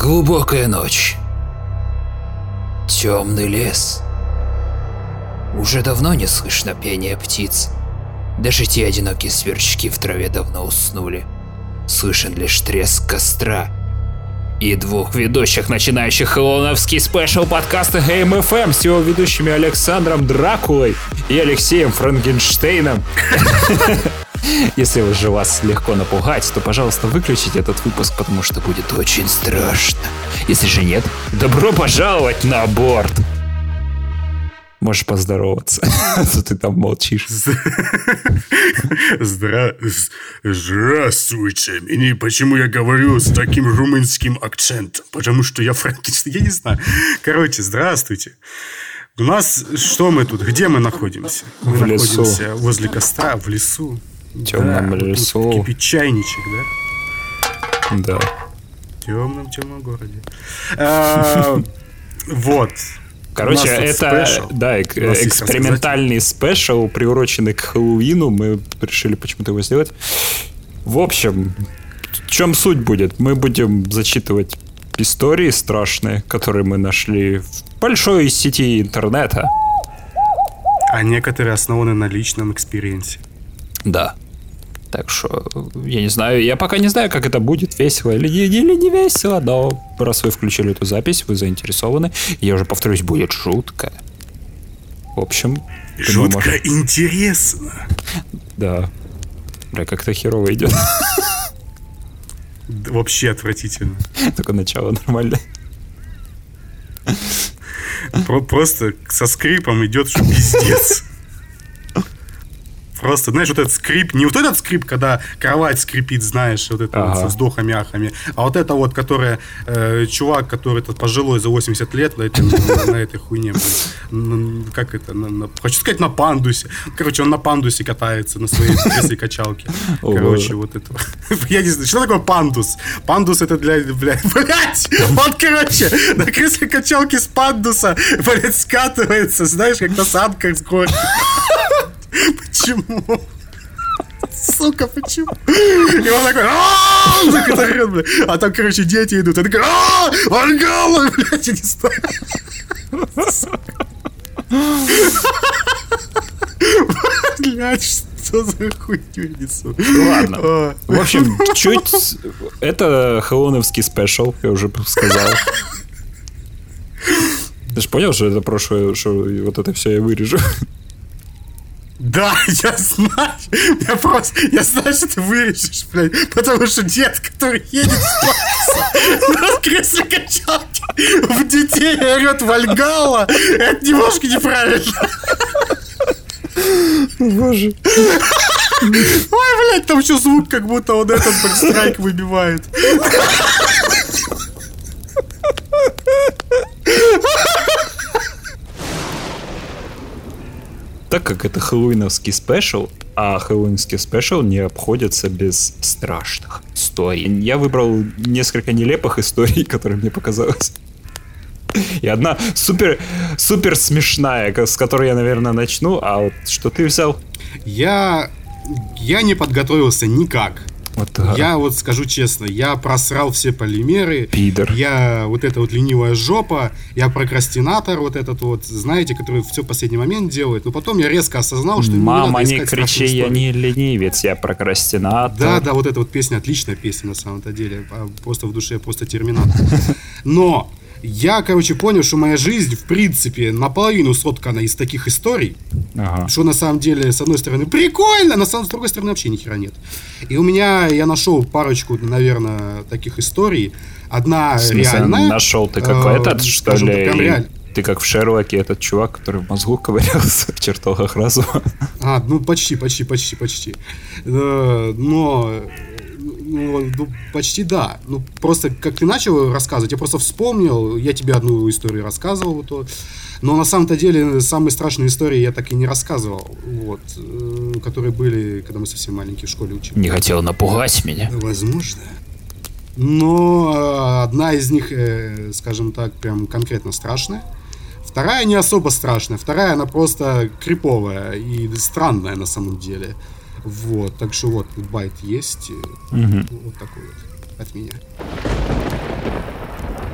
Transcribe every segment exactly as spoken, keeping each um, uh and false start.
Глубокая ночь. Темный лес. Уже давно не слышно пения птиц. Даже те одинокие сверчки в траве давно уснули. Слышен лишь треск костра и двух ведущих, начинающих хэллоуиновский спешл подкаста Game эф эм с его ведущими Александром Дракулой и Алексеем Франкенштейном. Если уже вас легко напугать, то, пожалуйста, выключите этот выпуск, потому что будет очень страшно. Если же нет, добро пожаловать на борт. Можешь поздороваться, а то ты там молчишь. Здра... Здравствуйте. И почему я говорю с таким румынским акцентом? Потому что я Франкенштейн. Я не знаю. Короче, здравствуйте. У нас... Что мы тут? Где мы находимся? Мы в находимся лесу. Возле костра, в лесу. В темном да, лесу. Вот кипит чайничек, да? Да. В темном-темном городе. А, вот. Короче, это да, экспериментальный спешл, приуроченный к Хэллоуину. Мы решили почему-то его сделать. В общем, в чем суть будет? Мы будем зачитывать истории страшные, которые мы нашли в большой сети интернета. А некоторые основаны на личном экспириенсе. Да. Так что, я не знаю, я пока не знаю, как это будет, весело или, или не весело, но раз вы включили эту запись, вы заинтересованы, я уже повторюсь, будет жутко. В общем... Жутко можешь... интересно. Да. Бля, как-то херово идет. Вообще отвратительно. Только начало нормально. Просто со скрипом идет, что пиздец. Просто, знаешь, вот этот скрип, не вот этот скрип, когда кровать скрипит, знаешь, вот это ага. вот со вздохами-ахами, а вот это вот, которое, э, чувак, который этот пожилой за восемьдесят лет на, этом, на этой хуйне, на, как это, на, на, хочу сказать, на пандусе. Короче, он на пандусе катается, на своей кресле качалке. Короче, вот это. Я не знаю, что такое пандус? Пандус это для, блядь, блядь, он, короче, на кресле качалки с пандуса, блядь, скатывается, знаешь, как на санках с горки. Почему? Сука, почему? И он такой, ааа, а там, короче, дети идут, и такой, ааа, Вальгалла, блядь, я не знаю. Блядь, что за хуйню несу? Ладно. В общем, чуть... Это хэллоуиновский спешл, я уже сказал. Ты же понял, что это прошлое, что вот это все я вырежу? Да, я знаю. Я просто, я знаю, что ты вырежешь, блядь. Потому что дед, который едет на кресле качалки в детей орет Вальгалла, это немножко неправильно. Боже. Ой, блядь, там еще звук, как будто он этот бэкстрайк выбивает. Так как это хэллоуиновский спешл, а хэллоуинский спешл не обходится без страшных историй. Я выбрал несколько нелепых историй, которые мне показалось. И одна супер, супер смешная, с которой я, наверное, начну. А вот что ты взял? Я, я не подготовился никак. Вот так. Я вот скажу честно, я просрал все полимеры. Пидор. Я вот эта вот ленивая жопа, я прокрастинатор вот этот вот, знаете, который все в последний момент делает. Но потом я резко осознал, что мама, не, не кричи, я не ленивец, я прокрастинатор. Да, да, вот эта вот песня, отличная песня на самом-то деле. Просто в душе, просто терминатор. Но я, короче, понял, что моя жизнь, в принципе, наполовину соткана из таких историй, ага. Что на самом деле, с одной стороны, прикольно, на самом, с другой стороны, вообще ни хера нет. И у меня, я нашел парочку, наверное, таких историй. Одна в смысле, реальная. Нашел ты как э, этот, что ли? Прям реаль... Ты как в Шерлоке, этот чувак, который в мозгу ковырялся в чертогах разума. А, ну почти, почти, почти, почти. Но... Ну, ну, почти да. Ну, просто как ты начал рассказывать, я просто вспомнил, я тебе одну историю рассказывал, то, но на самом-то деле самые страшные истории я так и не рассказывал, вот, э, которые были, когда мы совсем маленькие в школе учились. Не хотел напугать меня. Возможно. Но э, одна из них, э, скажем так, прям конкретно страшная. Вторая не особо страшная. Вторая, она просто криповая и странная на самом деле. Вот, так что вот, байт есть. Угу. Вот такой вот от меня.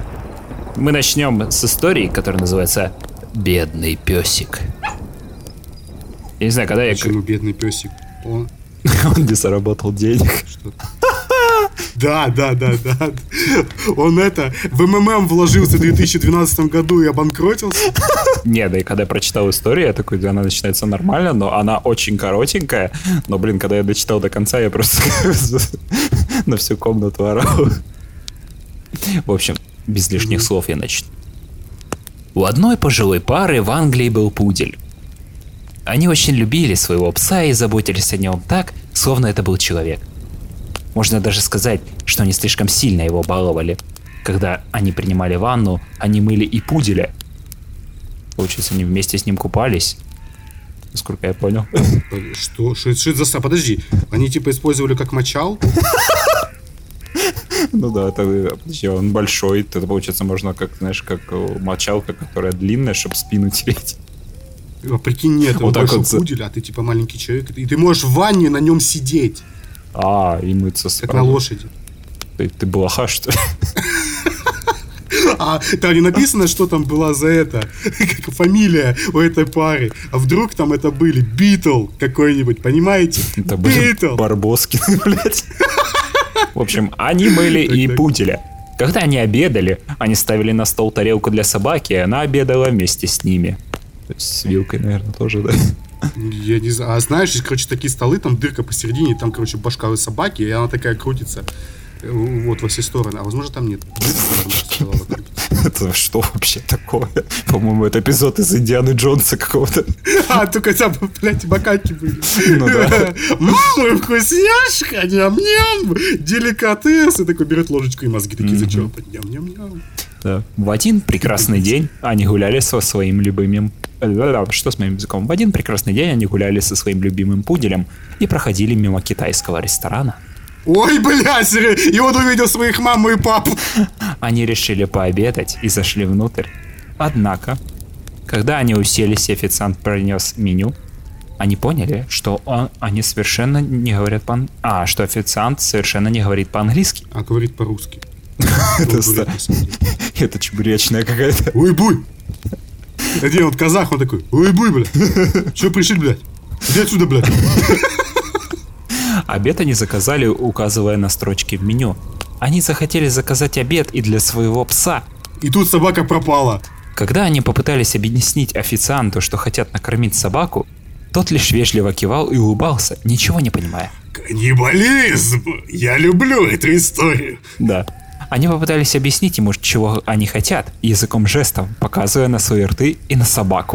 Мы начнем с истории, которая называется «Бедный песик». Я не знаю, когда я... Почему бедный песик? Он... Он не заработал денег. Что? Да, да, да, да. Он это, в МММ вложился в две тысячи двенадцатом году и обанкротился. Не, да и когда я прочитал историю, я такой, она начинается нормально, но она очень коротенькая. Но, блин, когда я дочитал до конца, я просто на всю комнату орал. В общем, без лишних слов я начну. У одной пожилой пары в Англии был пудель. Они очень любили своего пса и заботились о нем так, словно это был человек. Можно даже сказать, что они слишком сильно его баловали. Когда они принимали ванну, они мыли и пуделя. Получается, они вместе с ним купались. Насколько я понял. Что? Что, что это за... Подожди, они типа использовали как мочал? Ну да, это, подожди, он большой. Это, получается, можно как, знаешь, как мочалка, которая длинная, чтобы спину тереть. А прикинь, нет, он вот большой вот... пудель, а ты типа маленький человек. И ты можешь в ванне на нем сидеть. А, и мыться с... Как на лошади. Ты, ты блоха, что ли? А там не написано, что там была за это, как фамилия у этой пары. А вдруг там это были Битл какой-нибудь, понимаете? Это были Барбоскины, блядь. В общем, они мыли и пуделя. Когда они обедали, они ставили на стол тарелку для собаки, и она обедала вместе с ними. То есть с вилкой, наверное, тоже, да? Я не знаю. А знаешь, есть, короче, такие столы, там дырка посередине, там, короче, башка у собаки, и она такая крутится вот во все стороны. А возможно, там нет. Это что вообще такое? По-моему, это эпизод из Индианы Джонса какого-то. А, только там, блядь, макаки были. Ну да. Мама, вкусняшка, ням-ням, деликатес. И такой берет ложечку, и мозги такие зачерпать. Ням-ням-ням. Да. В один прекрасный день они гуляли со своим любимым... Что с моим языком? В один прекрасный день они гуляли со своим любимым пуделем и проходили мимо китайского ресторана. Ой, блядь, и он увидел своих маму и папу. Они решили пообедать и зашли внутрь. Однако, когда они уселись и официант принес меню, они поняли, что он, они совершенно не говорят по... А, что официант совершенно не говорит по-английски. А говорит по-русски. Это чебуречная какая-то. Ой, буй! Один вот казах, он такой, ой, буй, блядь. Че пришли, блядь? Иди отсюда, блядь. Обед они заказали, указывая на строчки в меню. Они захотели заказать обед и для своего пса. И тут собака пропала. Когда они попытались объяснить официанту, что хотят накормить собаку, тот лишь вежливо кивал и улыбался, ничего не понимая. Каннибализм! Я люблю эту историю. Да. Они попытались объяснить ему, чего они хотят, языком жестов, показывая на свои рты и на собаку.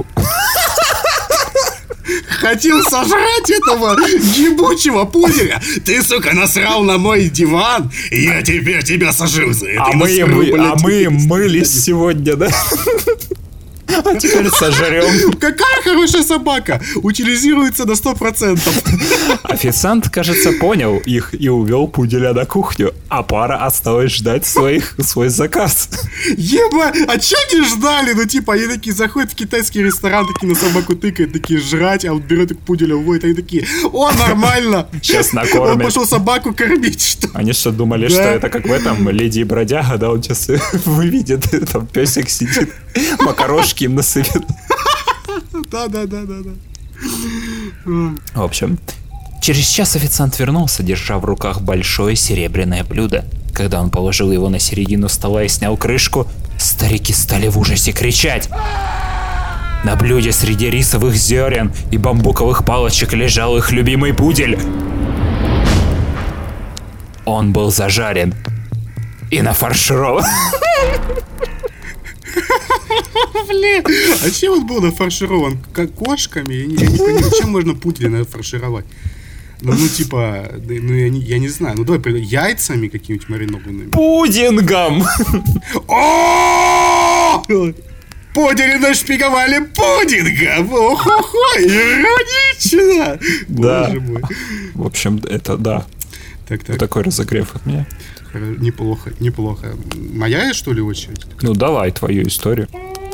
Хотел сожрать этого ебучего пуделя. Ты, сука, насрал на мой диван, и я теперь тебя сожру за это. А мы, мы, а мы мылись сегодня, да? А теперь сожрем. Какая хорошая собака! Утилизируется на сто процентов. Официант, кажется, понял их и увел пуделя на кухню, а пара осталась ждать своих, свой заказ. Еба, а чё не ждали? Ну типа они такие заходят в китайский ресторан, такие на собаку тыкают, такие жрать, а он берет их пуделя, уводит, они такие, о, нормально. Сейчас накормят. Он пошел собаку кормить, что? Они что, думали, да? Что это как в этом Леди и Бродяга, да, он сейчас выведет, там песик сидит, макарошки им насыпет. Да, да, да, да, да. В общем, через час официант вернулся, держа в руках большое серебряное блюдо. Когда он положил его на середину стола и снял крышку, старики стали в ужасе кричать. На блюде среди рисовых зерен и бамбуковых палочек лежал их любимый пудель. Он был зажарен и нафарширован. Блин, а чем он был нафарширован? Как кошками? Я не, я не понимаю, чем можно пуделя нафаршировать? Ну, ну типа, ну я не, я не знаю. Ну давай, яйцами какими-нибудь маринованными. Пудингом! О! Пудели нашпиговали пудингом! Охо-хо, иронично! Да. В общем, это да. Так, так. Вот такой разогрев от меня. Неплохо, неплохо. Моя, что ли, очередь? Ну давай твою историю.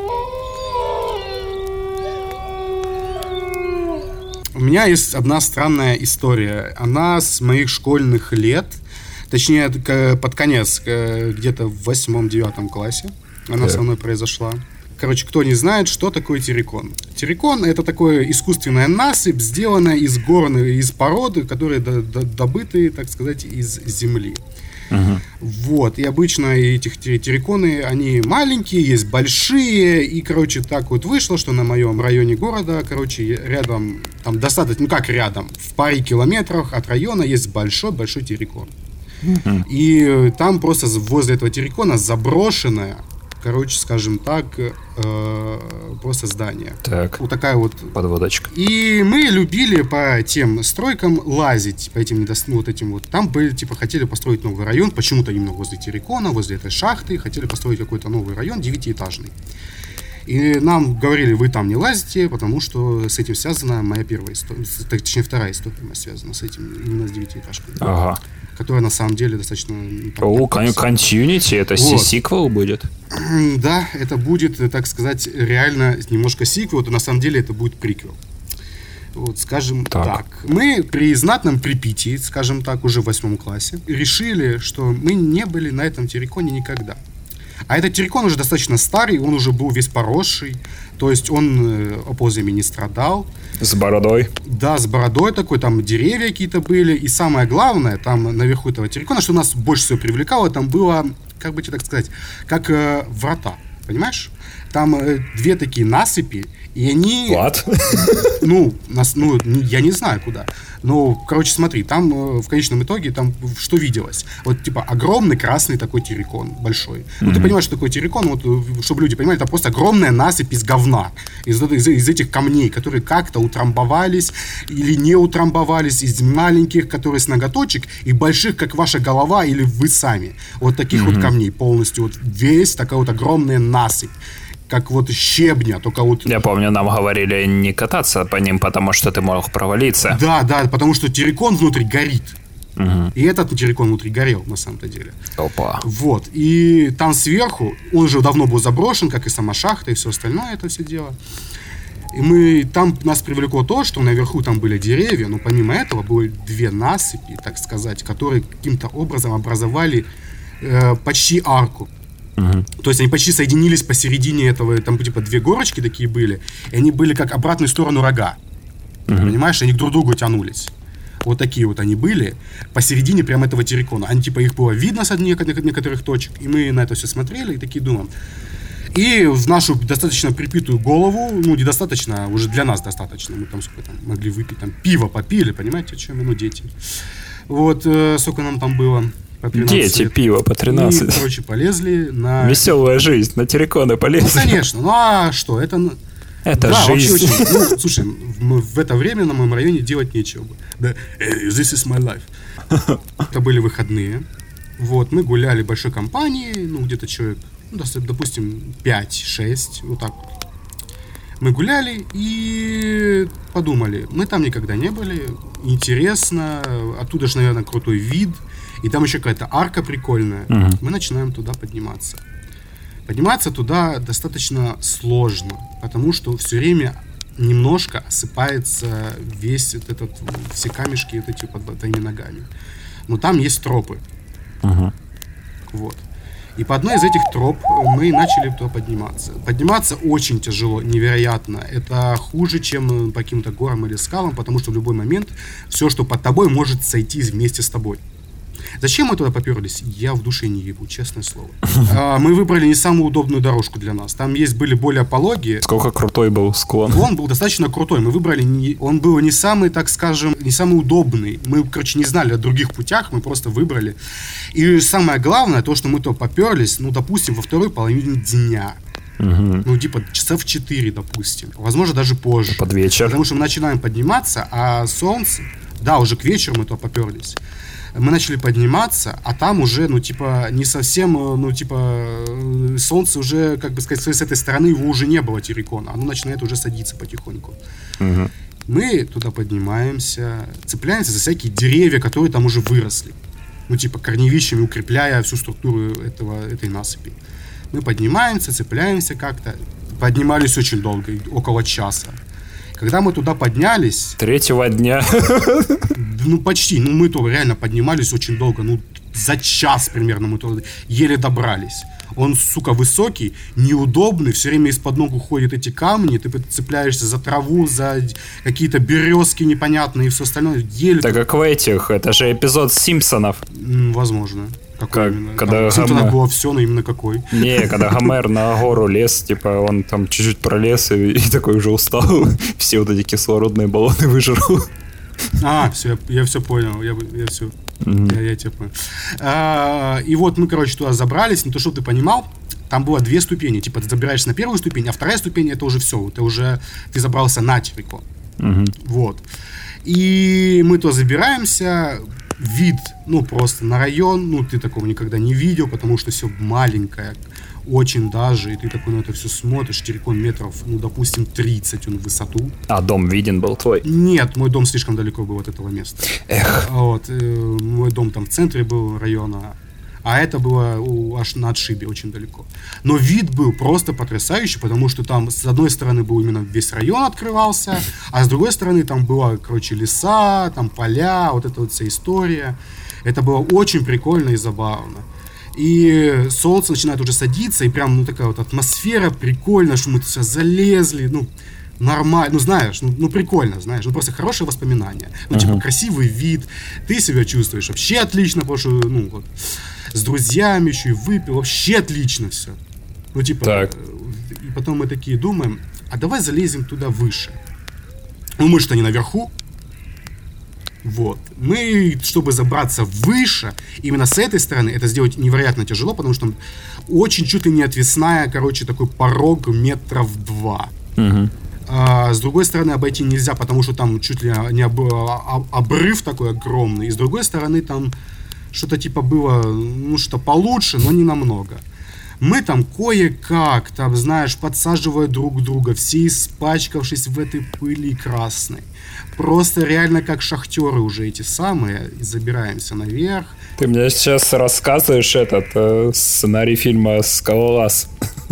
У меня есть одна странная история. Она с моих школьных лет, точнее, под конец, где-то в восьмом-девятом классе. Она со мной произошла. Короче, кто не знает, что такое террикон. Террикон — это такое искусственная насыпь, сделанная из гор, из породы, которые добыты, так сказать, из земли. Uh-huh. Вот, и обычно эти терриконы, они маленькие, есть большие, и, короче, так вот вышло, что на моем районе города, короче, рядом, там достаточно, ну как рядом, в паре километрах от района есть большой-большой террикон. Uh-huh. И там просто возле этого террикона заброшенная, короче, скажем так, э, просто здание. Так. Вот такая вот подводочка. И мы любили по тем стройкам лазить, по этим недоступным вот этим вот. Там были, типа, хотели построить новый район, почему-то именно возле террикона, возле этой шахты, хотели построить какой-то новый район, девятиэтажный. И нам говорили, вы там не лазите, потому что с этим связана моя первая история, точнее, вторая история моя связана с этим, именно с девятиэтажкой. Ага. Которая на самом деле достаточно... О, continuity, это вот. Сиквел будет? Да, это будет, так сказать, реально немножко сиквел, то на самом деле это будет приквел. Вот, скажем так. так. Мы при знатном припитии, скажем так, уже в восьмом классе, решили, что мы не были на этом терриконе никогда. А этот террикон уже достаточно старый, он уже был весь поросший, то есть он опозами не страдал. С бородой? Да, с бородой такой, там деревья какие-то были, и самое главное, там наверху этого террикона, что нас больше всего привлекало, там было, как бы тебе так сказать, как э, врата, понимаешь? Там э, две такие насыпи, и они... What? Ну, нас, ну, я не знаю куда. Ну, короче, смотри, там э, в конечном итоге, там что виделось? Вот, типа, огромный красный такой террикон, большой. Mm-hmm. Ну, ты понимаешь, что такое террикон, вот, чтобы люди понимали, это просто огромная насыпь из говна, из, из, из этих камней, которые как-то утрамбовались или не утрамбовались, из маленьких, которые с ноготочек, и больших, как ваша голова или вы сами. Вот таких mm-hmm. вот камней полностью, вот весь такая вот огромная насыпь. Как вот щебня, только вот... Я помню, нам говорили не кататься по ним, потому что ты мог провалиться. Да, да, потому что террикон внутри горит. Угу. И этот террикон внутри горел, на самом-то деле. Опа. Вот, и там сверху, он уже давно был заброшен, как и сама шахта, и все остальное это все дело. И мы, там нас привлекло то, что наверху там были деревья, но помимо этого были две насыпи, так сказать, которые каким-то образом образовали э, почти арку. Uh-huh. То есть они почти соединились посередине этого, там типа две горочки такие были, и они были как обратную сторону рога. Uh-huh. Понимаешь, они друг к другу тянулись. Вот такие вот они были посередине прямо этого террикона. Они типа их было видно с некоторых, некоторых точек, и мы на это все смотрели и такие думаем. И в нашу достаточно припитую голову, ну недостаточно, уже для нас достаточно, мы там сколько там могли выпить, там пиво попили, понимаете, о чем мы, ну дети. Вот э, сколько нам там было. Дети, лет. Пиво по тринадцать. И, короче, полезли на... Веселая жизнь, на терриконы полезли. Ну, конечно, ну а что, это... Это да, жизнь. Вообще очень... Ну, слушай, в, в это время на моем районе делать нечего. Да, this is my life. Это были выходные. Вот, мы гуляли большой компанией, ну, где-то человек, ну, допустим, пять-шесть, вот так вот. Мы гуляли и подумали, мы там никогда не были, интересно, оттуда же, наверное, крутой вид. И там еще какая-то арка прикольная. Uh-huh. Мы начинаем туда подниматься. Подниматься туда достаточно сложно, потому что все время немножко осыпается весь вот этот, все камешки вот эти под твоими ногами. Но там есть тропы. Uh-huh. Вот. И по одной из этих троп мы начали туда подниматься. Подниматься очень тяжело, невероятно. Это хуже, чем по каким-то горам или скалам, потому что в любой момент все, что под тобой, может сойти вместе с тобой. Зачем мы туда поперлись? Я в душе не ебу, честное слово. А, мы выбрали не самую удобную дорожку для нас. Там есть были более пологие. Сколько крутой был склон? Он был достаточно крутой. Мы выбрали, не, он был не самый, так скажем, не самый удобный. Мы, короче, не знали о других путях, мы просто выбрали. И самое главное, то, что мы туда поперлись, ну, допустим, во второй половине дня. Угу. Ну, типа, часов четыре, допустим. Возможно, даже позже. Под вечер. Потому что мы начинаем подниматься, а солнце... Да, уже к вечеру мы туда поперлись. Мы начали подниматься, а там уже, ну, типа, не совсем, ну, типа, солнце уже, как бы сказать, с этой стороны его уже не было, террикона. Оно начинает уже садиться потихоньку. Угу. Мы туда поднимаемся, цепляемся за всякие деревья, которые там уже выросли. Ну, типа, корневищами укрепляя всю структуру этого, этой насыпи. Мы поднимаемся, цепляемся как-то. Поднимались очень долго, около часа. Когда мы туда поднялись... Третьего дня. Ну, почти. Ну, мы то реально поднимались очень долго. Ну, за час примерно мы туда еле добрались. Он, сука, высокий, неудобный, все время из-под ног уходят эти камни, ты цепляешься за траву, за какие-то березки непонятные и все остальное. Еле так как в этих, это же эпизод Симпсонов. Возможно. Какой как, именно? Когда Там, Гомер... Симпсонов было все, но именно какой? Не, когда Гомер на гору лез, типа, он там чуть-чуть пролез и, и такой уже устал. Все вот эти кислородные баллоны выжрал. А, все, я, я все понял, я, я все, mm-hmm. я, я тебя понял. А, и вот мы, короче, туда забрались, но то, чтобы ты понимал, там было две ступени, типа ты забираешься на первую ступень, а вторая ступень это уже все, ты уже, ты забрался на Террикон. Mm-hmm. Вот. И мы туда забираемся, вид, ну, просто на район, ну, ты такого никогда не видел, потому что все маленькое, очень даже, и ты такой на это все смотришь, Террикон метров, ну, допустим, тридцать он в высоту. А дом виден был твой? Нет, мой дом слишком далеко был от этого места. Эх. Вот, э, мой дом там в центре был района, а это было у, аж на отшибе, очень далеко. Но вид был просто потрясающий, потому что там с одной стороны был именно весь район открывался, а с другой стороны там была, короче, леса, там поля, вот эта вот вся история. Это было очень прикольно и забавно. И солнце начинает уже садиться, и прям, ну, такая вот атмосфера прикольная, что мы все залезли, ну, нормально, ну, знаешь, ну, ну, прикольно, знаешь, ну, просто хорошие воспоминания. Ну, uh-huh. типа, красивый вид, ты себя чувствуешь вообще отлично, потому что, ну, вот, с друзьями еще и выпил, вообще отлично все. Ну, типа, так. И потом мы такие думаем, а давай залезем туда выше. Ну, мы что, не наверху? Вот. Мы, чтобы забраться выше, именно с этой стороны, это сделать невероятно тяжело, потому что там очень чуть ли не отвесная, короче, такой порог метров два. Uh-huh. А, с другой стороны, обойти нельзя, потому что там чуть ли не об, об, обрыв такой огромный. И с другой стороны, там что-то типа было, ну, что получше, но не намного. Мы там кое-как, там, знаешь, подсаживая друг друга, все испачкавшись в этой пыли красной. Просто реально как шахтеры уже эти самые, и забираемся наверх. Ты мне сейчас рассказываешь этот э, сценарий фильма «Скалолаз»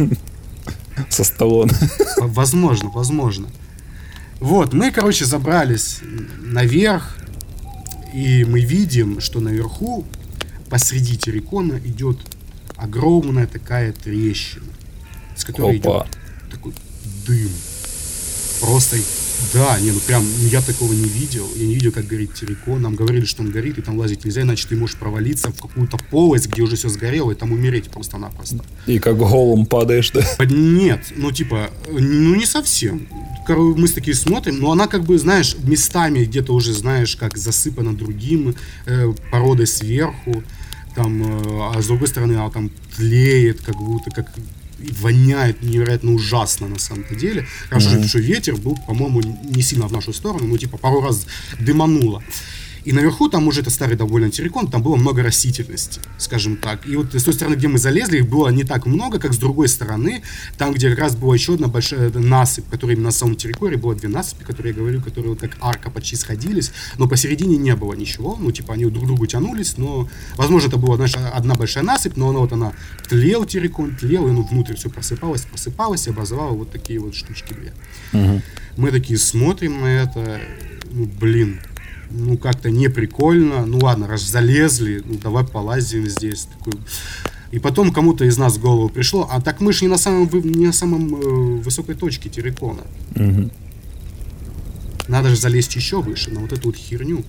со Сталлоне. Возможно, возможно. Вот, мы, короче, забрались наверх, и мы видим, что наверху, посреди Террикона, идет огромная такая трещина, с которой Опа. идет такой дым. Просто, да, не, ну прям, я такого не видел. Я не видел, как горит Террикон. Нам говорили, что он горит, и там лазить нельзя, иначе ты можешь провалиться в какую-то полость, где уже все сгорело, и там умереть просто-напросто. И как голым падаешь, да? Нет, ну типа, ну не совсем. Мы такие смотрим, но она как бы, знаешь, местами где-то уже, знаешь, как засыпана другим э, породой сверху. Там, э, а с другой стороны, она там тлеет, как будто, как воняет невероятно ужасно на самом-то деле. Хорошо, mm-hmm. что ветер был, по-моему, не сильно в нашу сторону, но типа пару раз дымануло. И наверху, там уже это старый довольно Террикон, там было много растительности, скажем так. И вот с той стороны, где мы залезли, их было не так много, как с другой стороны, там, где как раз была еще одна большая насыпь, которая именно на самом Терриконе, было две насыпи, которые я говорю, которые вот как арка почти сходились, но посередине не было ничего, ну, типа, они друг к другу тянулись, но, возможно, это была, знаешь, одна большая насыпь, но она вот, она тлел Террикон, тлел, и ну, внутрь все просыпалось, просыпалось, и образовало вот такие вот штучки две. Uh-huh. Мы такие смотрим на это, ну, блин, ну, как-то не прикольно. Ну, ладно, раз залезли, ну, давай полазим здесь. Такой. И потом кому-то из нас в голову пришло, а так мы же не на самом, не на самом э, высокой точке Террикона. Угу. Надо же залезть еще выше, на вот эту вот херню.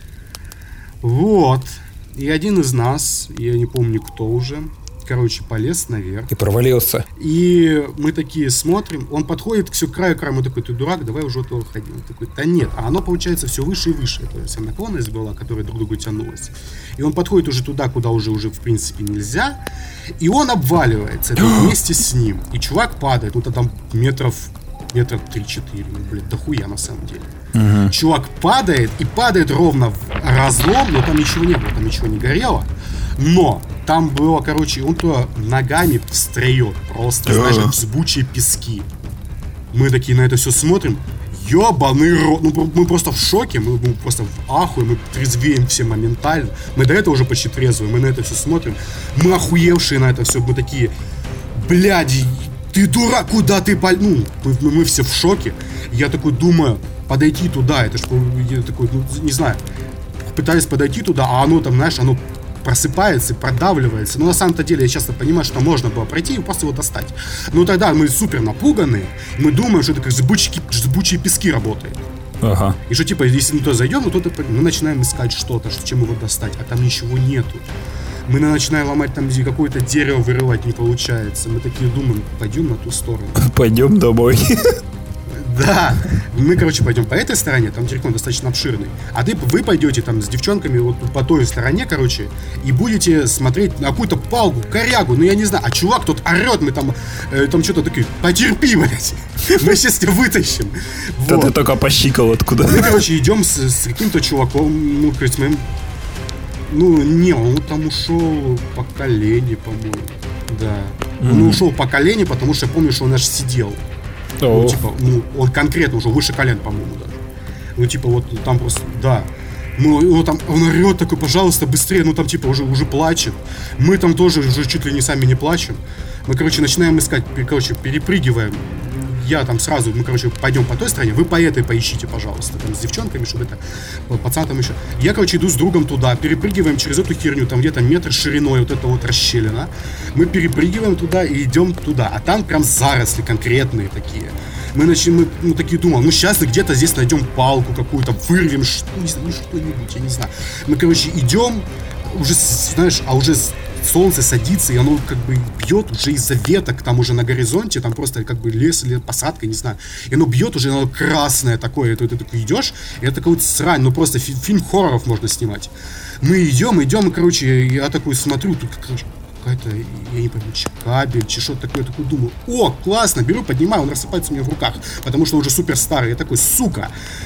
Вот. И один из нас, я не помню кто уже, короче, полез наверх. И провалился. И мы такие смотрим, он подходит к все краю краю, мы такой, ты дурак, давай уже оттуда ходи. Он такой, да нет, а оно получается все выше и выше. Это вся наклонность была, которая друг к другу тянулась. И он подходит уже туда, куда уже, уже в принципе нельзя. И он обваливается это вместе с ним. И чувак падает, ну-то там метров, метров три-четыре, ну, блядь, дохуя на самом деле. Uh-huh. Чувак падает, и падает ровно в разлом, но там ничего не было, там ничего не горело. Но там было, короче, он туда ногами встреет, просто, uh-huh. знаешь, взбучие пески. Мы такие на это все смотрим, ёбаный рот, ну мы просто в шоке, мы, мы просто в ахуе, мы трезвеем все моментально. Мы до этого уже почти трезвые, мы на это все смотрим, мы охуевшие на это все, мы такие, блядь, ты дурак, куда ты пальнул? Мы, мы, мы все в шоке. Я такой думаю, подойти туда, это ж, я такой, ну, не знаю, пытаюсь подойти туда, а оно там, знаешь, оно просыпается и продавливается. Но на самом-то деле я часто понимаю, что можно было пройти и просто его достать. Но тогда мы супер напуганы, мы думаем, что это как зыбучие, зыбучие пески работает. Ага. И что типа, если мы туда зайдем, то мы начинаем искать что-то, чем его достать, а там ничего нету. Мы начинаем ломать там какое-то дерево, вырывать, не получается. Мы такие думаем, пойдем на ту сторону. Пойдем домой. Да, мы, короче, пойдем по этой стороне, там террикон достаточно обширный. А ты, вы пойдете там с девчонками вот по той стороне, короче, и будете смотреть на какую-то палку, корягу, ну я не знаю. А чувак тут орет, мы там, э, там что-то такие, потерпи, блядь, мы сейчас тебя вытащим. Да ты только по щиколотку, да? Мы, короче, идем с, с каким-то чуваком, ну, короче, мы... Ну, не, он там ушел по колени, по-моему. Да. Mm-hmm. Он ушел по колени, потому что я помню, что он аж сидел. Oh. Ну, типа, ну, он конкретно уже выше колен, по-моему, даже. Ну, типа, вот там просто, да. Ну, он там, он орет такой, пожалуйста, быстрее, ну, там, типа, уже, уже плачет. Мы там тоже уже чуть ли не сами не плачем. Мы, короче, начинаем искать, короче, перепрыгиваем. Я там сразу, мы, короче, пойдем по той стороне, вы по этой поищите, пожалуйста, там, с девчонками, чтобы это, пацан там еще. Я, короче, иду с другом туда, перепрыгиваем через эту херню, там где-то метр шириной, вот это вот расщелина. Мы перепрыгиваем туда и идем туда, а там прям заросли конкретные такие. Мы начали, мы, ну, такие думали, ну, сейчас где-то здесь найдем палку какую-то, вырвем, что, не знаю, ну, что-нибудь, я не знаю. Мы, короче, идем, уже, знаешь, а уже солнце садится, и оно как бы бьет уже из-за веток, там уже на горизонте, там просто как бы лес или посадка, не знаю. И оно бьет уже, оно красное такое, и ты, ты такой идешь, и это какой-то срань, ну просто фи- фильм хорроров можно снимать. Мы идем, идем, и, короче, я такой смотрю, тут какая-то, я не пойму, чи кабель, чи что-то такое, я такой думаю, о, классно, беру, поднимаю, он рассыпается у меня в руках, потому что он уже супер старый, я такой, сука.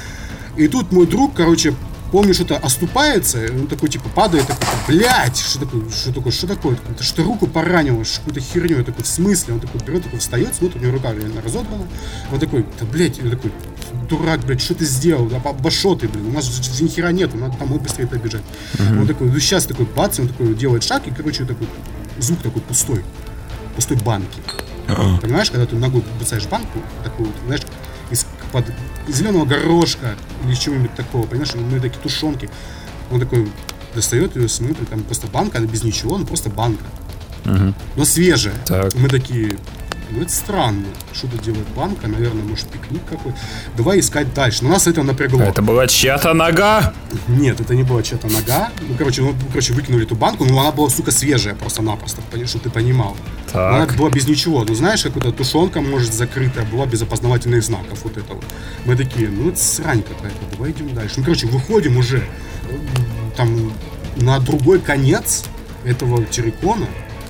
И тут мой друг, короче, помню, что-то оступается, он такой, типа, падает, такой, блядь, что такое, что такое, что такое, ты что, руку поранил, какую-то херню, я такой, в смысле, он такой берет, такой встает, смотрит, у него рука реально разодрана, он такой, да, блядь, я такой, дурак, блядь, что ты сделал, да, обошел ты, блин, у нас же ни хера нету, надо там быстрее побежать. Uh-huh. Он такой, ну, сейчас такой, бац, он такой делает шаг, и, короче, такой, звук такой пустой, пустой банки. Uh-huh. Понимаешь, когда ты ногой бросаешь банку, такую, знаешь, из-под зеленого горошка или чего-нибудь такого, понимаешь, мы такие тушенки. Он такой достает ее, смотрит, там просто банка, она без ничего, ну просто банка. Uh-huh. Но свежая. Так. Мы такие, ну это странно, что тут делает банка, наверное, может пикник какой-то. Давай искать дальше. Но нас это напрягло. Это была чья-то нога? Нет, это не была чья-то нога. Ну, короче, ну, короче, выкинули эту банку, но она была, сука, свежая просто-напросто, чтобы ты понимал. Так. Она была без ничего. Ну, знаешь, какая-то тушенка, может, закрытая была, без опознавательных знаков, вот это вот. Мы такие, ну, это срань какая-то, давай идем дальше. Ну, короче, выходим уже там на другой конец этого террикона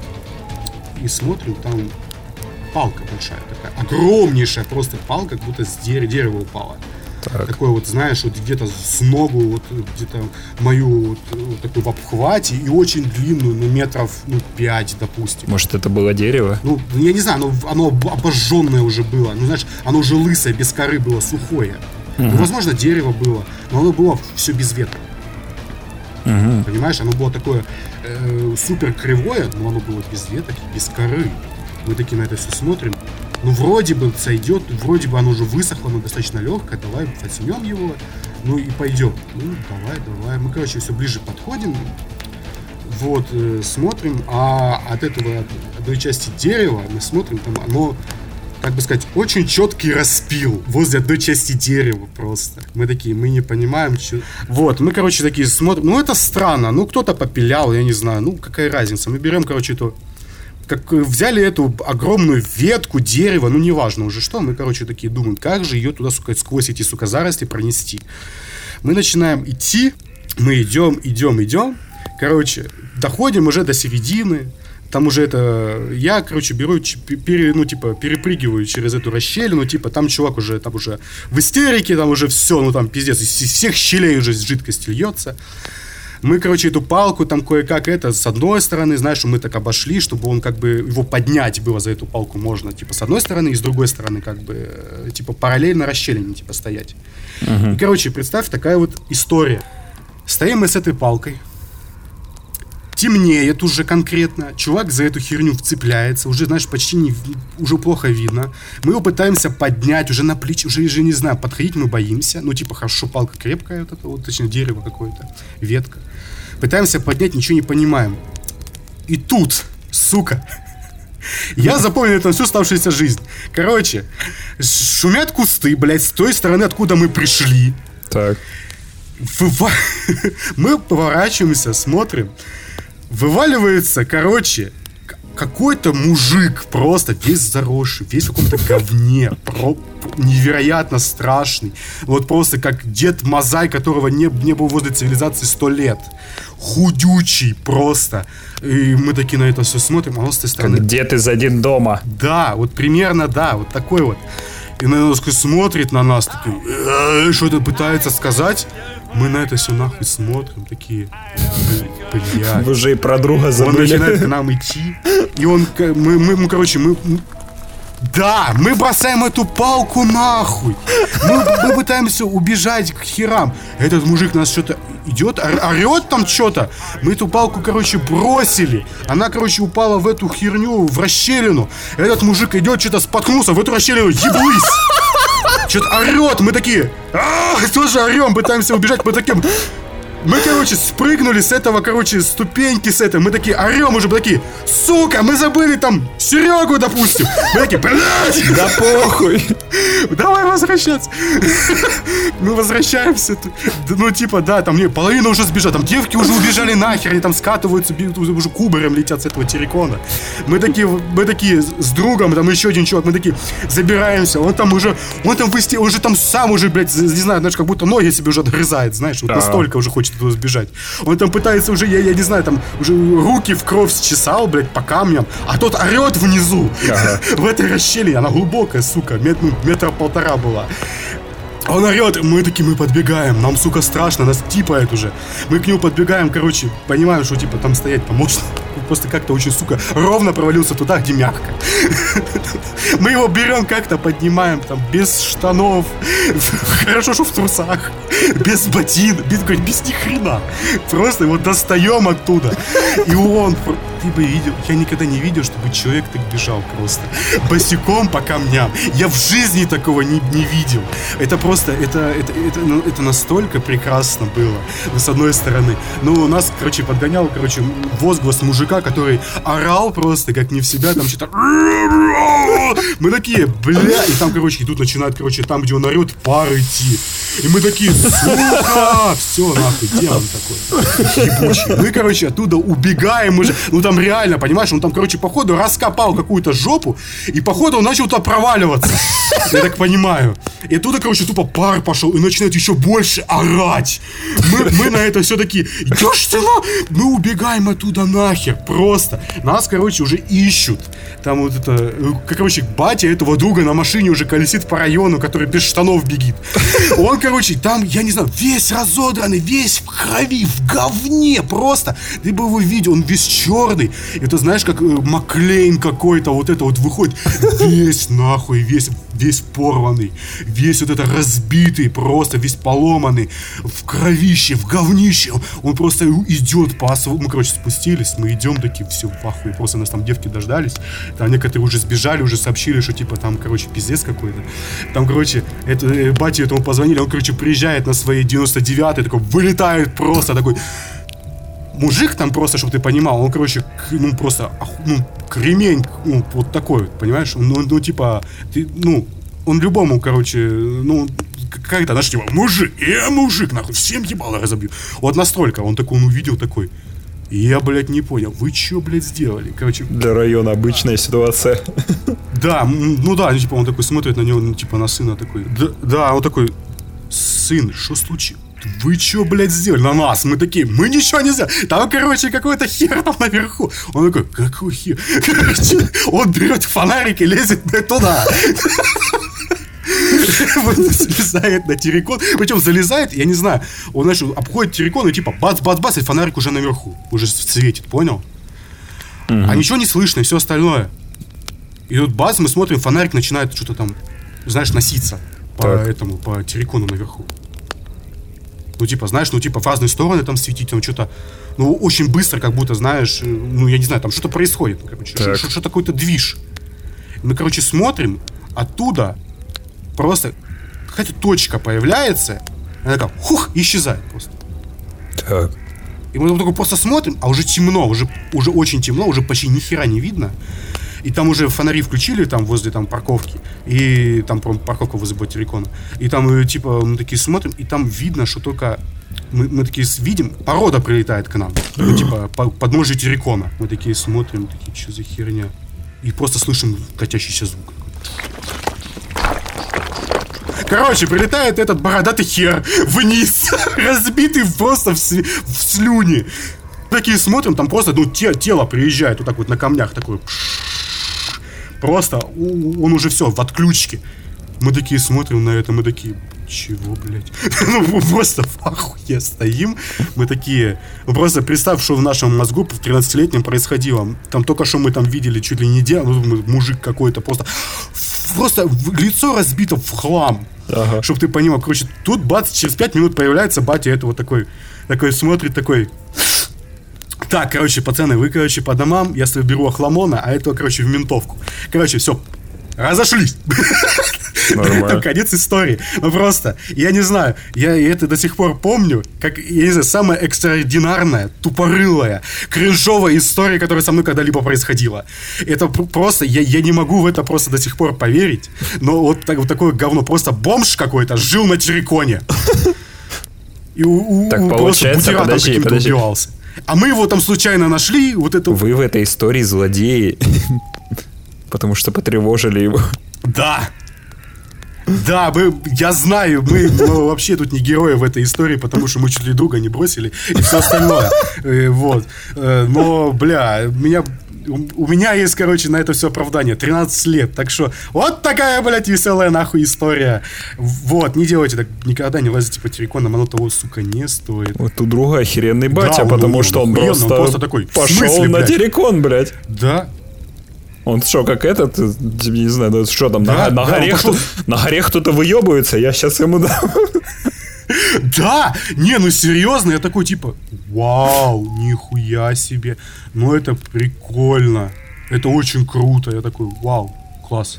и смотрим, там палка большая такая, огромнейшая просто палка, как будто с дер- дерева упала. Так. Такой вот, знаешь, вот где-то с ногу, вот где-то мою вот, вот такой в обхвате и очень длинную, ну, метров, ну, пять, допустим. Может, это было дерево? Ну, я не знаю, оно, оно обожженное уже было, ну, знаешь, оно уже лысое, без коры было, сухое. Угу. Ну, возможно, дерево было, но оно было все без ветра. Угу. Понимаешь, оно было такое э, супер кривое, но оно было без веток, без коры. Мы такие на это все смотрим. Ну, вроде бы сойдет, вроде бы оно уже высохло, оно достаточно легкое. Давай возьмем его, ну и пойдем. Ну, давай, давай. Мы, короче, все ближе подходим. Вот, э, смотрим. А от этого, от одной части дерева, мы смотрим, там оно, как бы сказать, очень четкий распил возле одной части дерева просто. Мы такие, мы не понимаем, что... Вот, мы, короче, такие смотрим. Ну, это странно. Ну, кто-то попилял, я не знаю. Ну, какая разница. Мы берем, короче, эту... Как взяли эту огромную ветку дерева, ну неважно уже что, мы, короче, такие думаем, как же ее туда, сука, сквозь эти, сука, заросли пронести. Мы начинаем идти, мы идем, идем, идем, короче, доходим уже до середины, там уже это, я, короче, беру, пере, ну, типа, перепрыгиваю через эту расщелину, типа, там чувак уже, там уже в истерике, там уже все, ну, там, пиздец, из всех щелей уже жидкость льется. Мы, короче, эту палку там кое-как это, с одной стороны, знаешь, мы так обошли, чтобы он как бы, его поднять было за эту палку можно, типа, с одной стороны, и с другой стороны, как бы, типа, параллельно расщелине, типа, стоять. Uh-huh. И, короче, представь, такая вот история. Стоим мы с этой палкой, темнеет уже конкретно, чувак за эту херню вцепляется, уже, знаешь, почти не, уже плохо видно. Мы его пытаемся поднять, уже на плечи, уже, уже не знаю, подходить мы боимся. Ну, типа, хорошо, палка крепкая, вот это вот, точнее, дерево какое-то, ветка. Пытаемся поднять, ничего не понимаем. И тут, сука, я запомнил это всю оставшуюся жизнь. Короче, шумят кусты, блядь, с той стороны, откуда мы пришли. Так. Выва... Мы поворачиваемся, смотрим. Вываливается, короче, какой-то мужик просто весь заросший, весь в каком-то говне, про... невероятно страшный. Вот просто как дед Мазай, которого не, не было возле цивилизации сто лет. Худючий просто. И мы такие на это все смотрим, а он с той стороны... Как дед из «Один дома». Да, вот примерно, да, вот такой вот. И на нас смотрит на нас, такой, «Э-э-э», что-то пытается сказать. Мы на это все нахуй смотрим, такие, блядь. Вы же и про друга забыли. Он начинает к нам идти, и он, мы, мы, мы короче, мы... Да, мы бросаем эту палку нахуй. Мы, мы пытаемся убежать к херам. Этот мужик нас что-то идет, орет там что-то. Мы эту палку, короче, бросили. Она, короче, упала в эту херню, в расщелину. Этот мужик идет, что-то споткнулся, в эту расщелину еблысь. Что-то орет, мы такие, а-а-а, тоже орем, пытаемся убежать, мы такие... Мы, короче, спрыгнули с этого, короче, ступеньки с этой. Мы такие орем уже, мы такие, сука, мы забыли там Серегу, допустим. Мы такие, блядь, да похуй. Давай возвращаться. Мы возвращаемся. Ну, типа, да, там не, половина уже сбежала. Там девки уже убежали нахер, они там скатываются, уже кубарем летят с этого террикона. Мы такие, мы такие с другом, там еще один чувак, мы такие забираемся. Он там уже, он там высти, он же там сам уже, блядь, не знаю, знаешь, как будто ноги себе уже отгрызает, знаешь, вот настолько уже хочет туда сбежать. Он там пытается уже, я, я не знаю, там уже руки в кровь счесал, блядь, по камням, а тот орет внизу, ага. В этой расщелине, она глубокая, сука, мет, ну, метра полтора была. Он орет, мы такие, мы подбегаем, нам, сука, страшно, нас типает уже. Мы к нему подбегаем, короче, понимаем, что, типа, там стоять помощник. Просто как-то очень, сука, ровно провалился туда, где мягко. Мы его берем как-то, поднимаем, там, без штанов, хорошо, что в трусах, без ботин, без, без ни хрена. Просто его достаем оттуда. И он, ты бы видел, я никогда не видел, чтобы человек так бежал просто. Босиком по камням. Я в жизни такого не, не видел. Это просто, это, это, это, ну, это настолько прекрасно было, с одной стороны. Ну, у нас, короче, подгонял, короче, возглас мужика, который орал просто, как не в себя, там что-то... Мы такие, бля, и там, короче, и тут начинают, короче, там, где он орет, пар идти. И мы такие, сука, все, нахуй, демон такой, ебучий. Мы, короче, оттуда убегаем уже, ну, там реально, понимаешь, он там, короче, походу раскопал какую-то жопу, и, походу, он начал туда проваливаться, я так понимаю. И оттуда, короче, тупо пар пошел, и начинает еще больше орать. Мы, мы на это все такие, идешь ты на... Мы убегаем оттуда нахер, просто. Нас, короче, уже ищут. Там вот это, короче, батя этого друга на машине уже колесит по району, который без штанов бегит. Он, короче, там, я не знаю, весь разодранный, весь в крови, в говне, просто. Ты бы его видел, он весь черный. Это, знаешь, как Маклейн какой-то, вот это вот выходит, весь нахуй, весь, весь порванный, весь вот это разбитый, просто весь поломанный, в кровище, в говнище. Он просто идет по асфальту. Мы, короче, спустились, мы идем такие, все, в ахуе. Просто нас там девки дождались. Там некоторые уже сбежали, уже сообщили, что типа там, короче, пиздец какой-то. Там, короче, это, батя этому позвонили, он, короче, приезжает на своей девяносто девятой, такой, вылетает просто, такой... Мужик там просто, чтобы ты понимал, он, короче, ну, просто, ну, кремень, ну, вот такой, понимаешь? Ну, ну типа, ты, ну, он любому, короче, ну, как-то, знаешь, типа, мужик, я мужик, нахуй, всем ебало разобью. Вот настолько, он такой, он увидел такой, и я, блядь, не понял, вы чё, блядь, сделали? Короче... Для района обычная ситуация. Да, ну да, типа, он такой смотрит на него, ну, типа, на сына такой, да, да, он такой, сын, что случилось? Вы чё, блядь, сделали на нас? Мы такие, мы ничего не сделали. Там, короче, какой-то хер там наверху. Он такой, какой хер? Короче, он берет фонарик и лезет туда. Залезает на террикон. Причем залезает, я не знаю, он, знаешь, обходит террикон и типа бац-бац-бац, и фонарик уже наверху. Уже светит, понял? А ничего не слышно, и все остальное. И тут бац, мы смотрим, фонарик начинает что-то там, знаешь, носиться по этому, по террикону наверху. Ну, типа, знаешь, ну, типа, в разные стороны там светить, там что-то, ну, очень быстро, как будто, знаешь, ну, я не знаю, там что-то происходит, короче, так. что-то какой-то движ. Мы, короче, смотрим, оттуда просто какая-то точка появляется, она такая, хух, исчезает просто. Так. И мы только просто смотрим, а уже темно, уже, уже очень темно, уже почти ни хера не видно. И там уже фонари включили там возле там парковки. И там парковка возле Батерикона. И там типа мы такие смотрим, и там видно, что только мы, мы такие видим, порода прилетает к нам. Ну, типа по, подножие Террикона. Мы такие смотрим, такие, что за херня. И просто слышим катящийся звук. Короче, прилетает этот бородатый хер вниз, разбитый просто в, в слюни. Такие смотрим, там просто, ну, те, тело приезжает вот так вот на камнях, такой. Просто он уже все, в отключке. Мы такие смотрим на это, мы такие, чего, блядь? Ну, просто в ахуе стоим. Мы такие, ну, просто представь, что в нашем мозгу в тринадцатилетнем происходило. Там только что мы там видели чуть ли не дело, мужик какой-то просто, просто лицо разбито в хлам. Ага. Чтоб ты понимал, короче, тут бац, через пять минут появляется батя этого такой, такой смотрит, такой... Так, короче, пацаны, вы, короче, по домам, я себе беру охламона, а этого, короче, в ментовку. Короче, все, разошлись. Это конец истории. Ну просто, я не знаю, я это до сих пор помню, как, я не знаю, самая экстраординарная, тупорылая, кринжовая история, которая со мной когда-либо происходила. Это просто, я, я не могу в это просто до сих пор поверить, но вот, так, вот такое говно, просто бомж какой-то жил на Терриконе. И у, так, у просто бутера там каким-то убивался. А мы его там случайно нашли, вот это... Вы в этой истории злодеи, потому что потревожили его. Да. Да, мы, я знаю, мы, мы вообще тут не герои в этой истории, потому что мы чуть ли друга не бросили и все остальное. Вот. Но, бля, меня... У меня есть, короче, на это все оправдание. тринадцать лет. Так что вот такая, блядь, веселая нахуй история. Вот, не делайте так. Никогда не лазите по Терриконам. Оно того, сука, не стоит. Вот у друга охеренный батя, да, потому он, что он, он просто, он просто такой, пошел смысле, на Террикон, блядь. Да. Он что, как этот, не знаю, ну что там, да, на, на, да, горе пошел... на горе кто-то выебывается, я сейчас ему дам. Да, не, ну серьезно, я такой типа, вау, нихуя себе, ну это прикольно, это очень круто, я такой, вау, класс.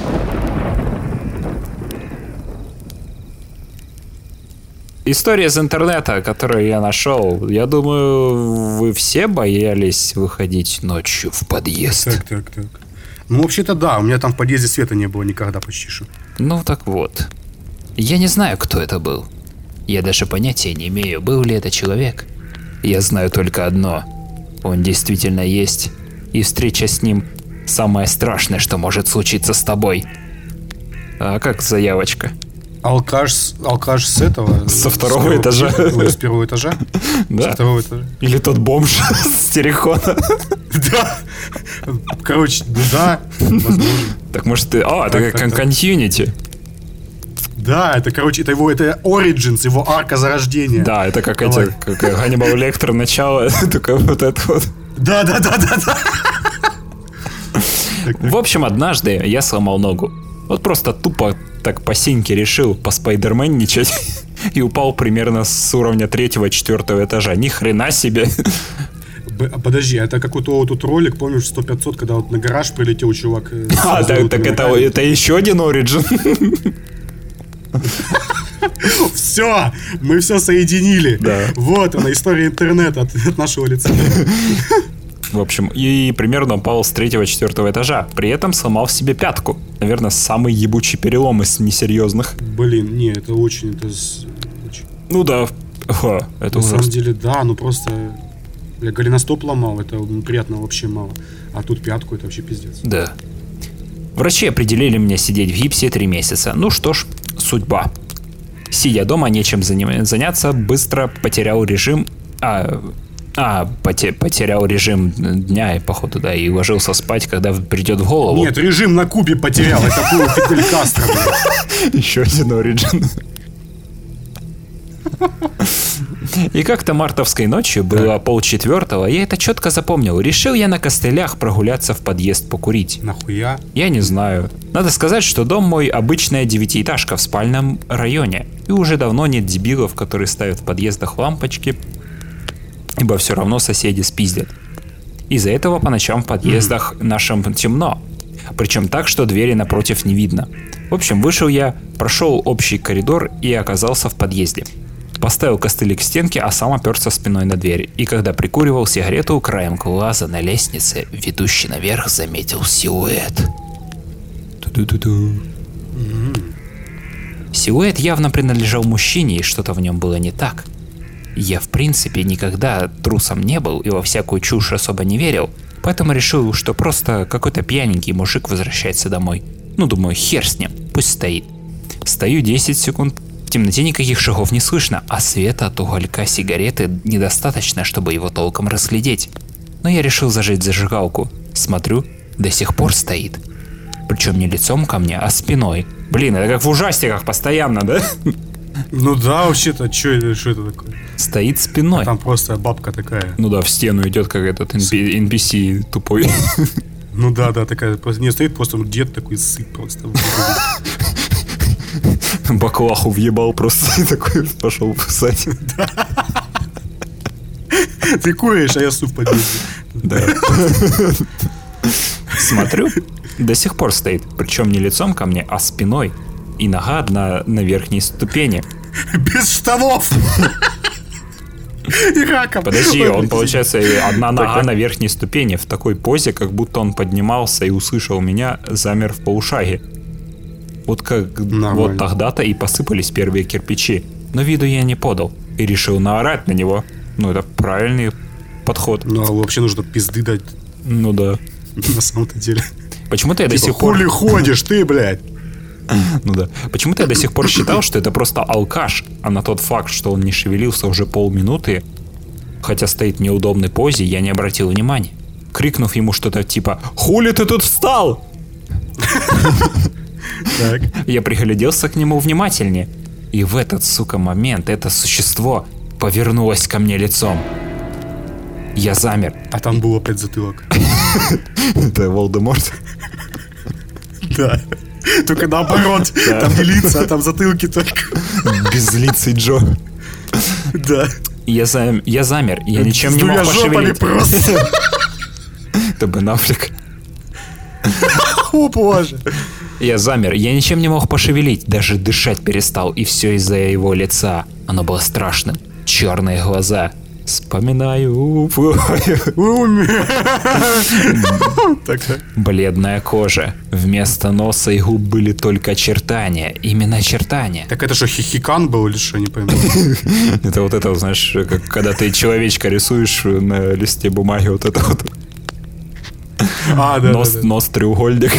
История из интернета, которую я нашел, я думаю, вы все боялись выходить ночью в подъезд. Так, так, так. Ну вообще-то да, у меня там в подъезде света не было никогда почти что. Ну так вот, я не знаю, кто это был. Я даже понятия не имею, был ли это человек. Я знаю только одно. Он действительно есть. И встреча с ним самое страшное, что может случиться с тобой. А как заявочка? Алкаш, алкаш с этого? Со второго с этажа. Ой, с первого этажа? Да. Со второго этажа. Или тот бомж с Террикона. Да. Короче, да, возможно. Так может ты... А, это как континьюнити. Да, это, короче, это его, это Origins, его арка зарождения. Да, это как Давай. эти, как Hannibal Lecter начало, только вот это вот. Да, да, да, да, да. В общем, однажды я сломал ногу. Вот просто тупо так по синьке решил поспайдерменничать и упал примерно с уровня третьего-четвертого этажа. Ни хрена себе. Подожди, это какой-то вот тут ролик, помнишь, сто пятьсот, когда вот на гараж прилетел чувак. А, так, так это, это еще один Origin. Все, мы все соединили. Да. Вот она, история интернета от, от нашего лица. В общем, и примерно упал с третьего-четвертого этажа. При этом сломал себе пятку. Наверное, самый ебучий перелом из несерьезных. Блин, не, это очень, это очень... Ну да, Ха, это на ужасно. самом деле, да, ну просто бля, голеностоп ломал, это ну, приятно вообще мало. А тут пятку, это вообще пиздец. Да. Врачи определили мне сидеть в гипсе три месяца. Ну что ж, судьба. Сидя дома, нечем заняться, быстро потерял режим... А, а потерял режим дня, и походу, да, и ложился спать, когда придет в голову. Нет, режим на Кубе потерял, это был Фидель Кастро. Еще один Origin. И как-то мартовской ночью, было да. полчетвертого, я это четко запомнил. Решил я на костылях прогуляться в подъезд покурить. Нахуя? Я не знаю. Надо сказать, что дом мой обычная девятиэтажка в спальном районе. И уже давно нет дебилов, которые ставят в подъездах лампочки, ибо все равно соседи спиздят. Из-за этого по ночам в подъездах mm-hmm. нашем темно. Причем так, что двери напротив не видно. В общем, вышел я, прошел общий коридор и оказался в подъезде. Поставил костыли к стенке, а сам оперся спиной на дверь. И когда прикуривал сигарету, краем глаза на лестнице, ведущий наверх, заметил силуэт. Ту-ду-ду-ду. Mm-hmm. Силуэт явно принадлежал мужчине, и что-то в нем было не так. Я, в принципе, никогда трусом не был и во всякую чушь особо не верил, поэтому решил, что просто какой-то пьяненький мужик возвращается домой. Ну, думаю, хер с ним, пусть стоит. Стою десять секунд, в темноте никаких шагов не слышно, а света от уголька сигареты недостаточно, чтобы его толком разглядеть. Но я решил зажечь зажигалку. Смотрю, до сих пор стоит. Причем не лицом ко мне, а спиной. Блин, это как в ужастиках постоянно, да? Ну да, вообще-то, что, что это такое? Стоит спиной. А там просто бабка такая. Ну да, в стену идет, как этот эн пи си тупой. Ну да, да, такая. Не стоит, просто дед такой сыт просто. Баклаху въебал просто и такой пошел писать. Ты куришь, а я суп в подъезде. Да. Смотрю, до сих пор стоит. Причем не лицом ко мне, а спиной. И нога одна на верхней ступени. Без штанов. И раком. Подожди, он, получается, одна нога так, на верхней ступени, в такой позе, как будто он поднимался и услышал меня, замер в полушаге. Вот как Нормально. Вот тогда-то и посыпались первые кирпичи. Но виду я не подал и решил наорать на него. Ну, это правильный подход. Ну, а вообще нужно пизды дать. Ну да. На самом-то деле. Почему-то я типа, до сих пор... хули ходишь ты, блядь? Ну да. Почему-то я до сих пор считал, что это просто алкаш, а на тот факт, что он не шевелился уже полминуты, хотя стоит в неудобной позе, я не обратил внимания. Крикнув ему что-то типа «Хули ты тут встал?», я пригляделся к нему внимательнее. И в этот, сука, момент это существо повернулось ко мне лицом. Я замер. А там был опять затылок. Это Волдеморт. Да. Только наоборот. Да. Там не лица, а там затылки только. Безлицый Джо. Да. Я, зам... я замер. Я ничем не мог пошевелить. Просто. Это Бен Аффлек. О, боже. Я замер. Я ничем не мог пошевелить. Даже дышать перестал. И все из-за его лица. Оно было страшным. Черные глаза. Вспоминаю. Бледная кожа. Вместо носа и губ были только очертания. Именно очертания. Так это что, хихикан был или что, не пойму? Это вот это, знаешь, как когда ты человечка рисуешь на листе бумаги, вот это вот. А, да, нос, да, да. Нос треугольник.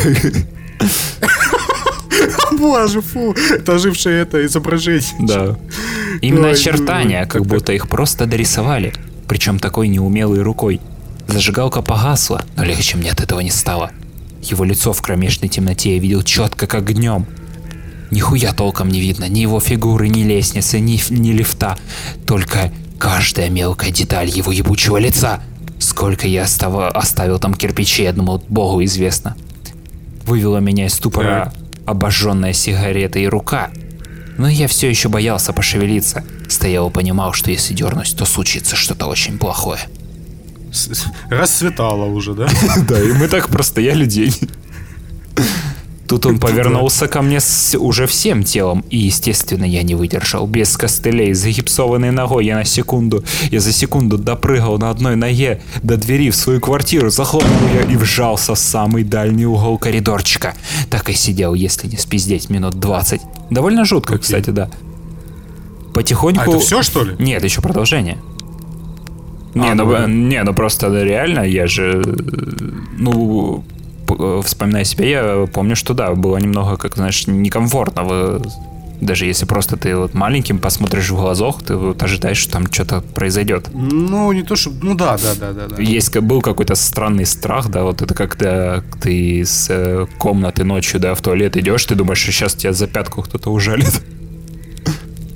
Боже, фу, это ожившее это изображение. Да. Именно Ой, очертания, ну, как так, будто так. Их просто дорисовали. Причем такой неумелой рукой. Зажигалка погасла, но легче мне от этого не стало. Его лицо в кромешной темноте я видел четко, как днем. Нихуя толком не видно, ни его фигуры, ни лестницы, ни, ни лифта. Только каждая мелкая деталь его ебучего лица. Сколько я остав... оставил там кирпичей, одному богу известно. Вывела меня из ступора да. обожженная сигарета и рука. Но я все еще боялся пошевелиться. Стоял и понимал, что если дернусь, то случится что-то очень плохое. Расцветало уже, да? Да, и мы так простояли день. Тут он повернулся ко мне с уже всем телом, и, естественно, я не выдержал. Без костылей, загипсованной ногой я на секунду, я за секунду допрыгал на одной ноге до двери в свою квартиру, захлопнул ее и вжался в самый дальний угол коридорчика. Так и сидел, если не спиздеть, минут двадцать. Довольно жутко, okay. кстати, да. Потихоньку... А это все, что ли? Нет, еще продолжение. Не, а, ну, ну, не, ну просто реально, я же, ну, вспоминая себя, я помню, что да, было немного, как, знаешь, некомфортно. Даже если просто ты вот маленьким посмотришь в глазок, ты вот ожидаешь, что там что-то произойдет. Ну, не то, что... Ну да, да, да, да. да. Есть, был какой-то странный страх, да, вот это когда ты из комнаты ночью, да, в туалет идешь, ты думаешь, что сейчас тебя за пятку кто-то ужалит.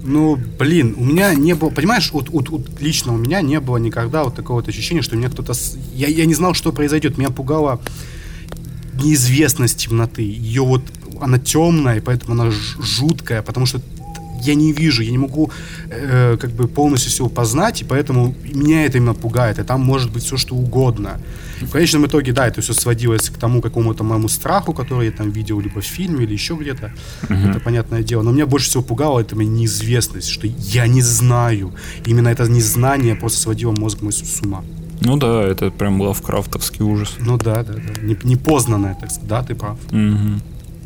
Ну, блин, у меня не было, понимаешь, вот, вот, вот лично у меня не было никогда вот такого вот ощущения, что меня кто-то... Я, я не знал, что произойдет. Меня пугала неизвестность темноты. Ее вот... Она темная, и поэтому она жуткая, потому что я не вижу, я не могу э, как бы полностью все познать, и поэтому меня это именно пугает. И там может быть все, что угодно. В конечном итоге, да, это все сводилось к тому какому-то моему страху, который я там видел либо в фильме, или еще где-то. Uh-huh. Это понятное дело. Но меня больше всего пугало это неизвестность, что я не знаю. И именно это незнание просто сводило мозг мой с ума. Ну да, это прям лавкрафтовский ужас. Ну да, да, да. Непознанное, так сказать. Да, ты прав. Uh-huh.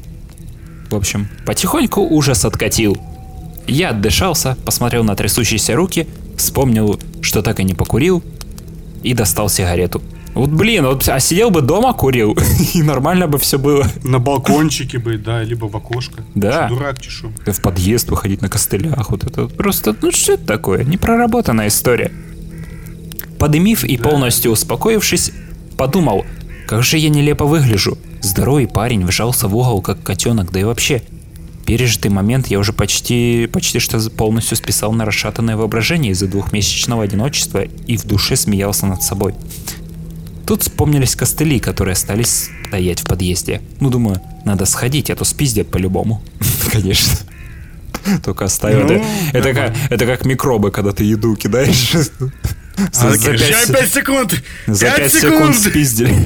В общем, потихоньку ужас откатил. Я отдышался, посмотрел на трясущиеся руки, вспомнил, что так и не покурил, и достал сигарету. Вот блин, вот, а сидел бы дома, курил, и нормально бы все было. На балкончике бы, да, либо в окошко. Да. Что, дурак, чешу. В подъезд выходить на костылях, вот это вот просто, ну что это такое, непроработанная история. Подымив и да. полностью успокоившись, подумал, как же я нелепо выгляжу. Здоровый парень вжался в угол, как котенок, да и вообще. Пережитый момент я уже почти, почти что полностью списал на расшатанное воображение из-за двухмесячного одиночества и в душе смеялся над собой. Тут вспомнились костыли, которые остались стоять в подъезде. Ну, думаю, надо сходить, а то спиздят по-любому. Конечно. Только оставят. Ну, это, как, это как микробы, когда ты еду кидаешь. А, за пять секунд! За пять секунд спиздили.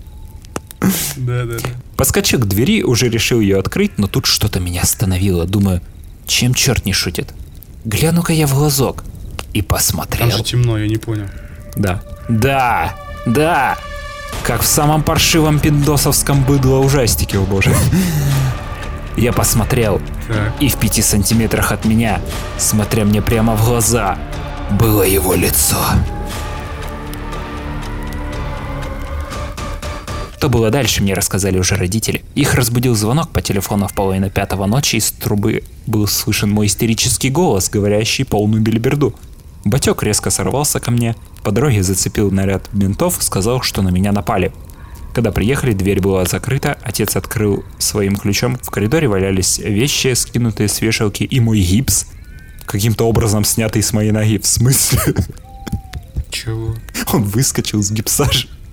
Да, да, да. Подскочил к двери, уже решил ее открыть, но тут что-то меня остановило. Думаю, чем черт не шутит? Гляну-ка я в глазок. И посмотрел. Там же темно, я не понял. Да. Да, да. Как в самом паршивом пиндосовском быдло-ужастике, о боже. Я посмотрел. Так. И в пяти сантиметрах от меня, смотря мне прямо в глаза, было его лицо. Что было дальше, мне рассказали уже родители. Их разбудил звонок по телефону в половине пятого ночи, из трубы был слышен мой истерический голос, говорящий полную белиберду. Батек резко сорвался ко мне, по дороге зацепил наряд ментов, сказал, что на меня напали. Когда приехали, дверь была закрыта, отец открыл своим ключом, в коридоре валялись вещи, скинутые с вешалки, и мой гипс, каким-то образом снятый с моей ноги. В смысле? Чего? Он выскочил с гипса.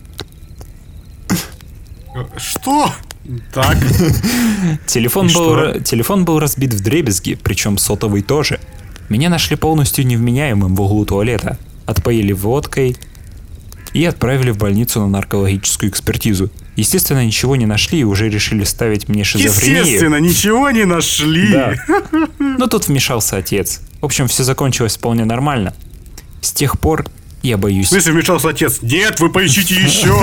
Что? Так. Телефон был, телефон был разбит вдребезги, причем сотовый тоже. Меня нашли полностью невменяемым в углу туалета, отпоили водкой и отправили в больницу на наркологическую экспертизу. Естественно, ничего не нашли и уже решили ставить мне шизофрению. Естественно, ничего не нашли. Да. Но тут вмешался отец. В общем, все закончилось вполне нормально. С тех пор я боюсь... В смысле вмешался отец? Нет, вы поищите еще.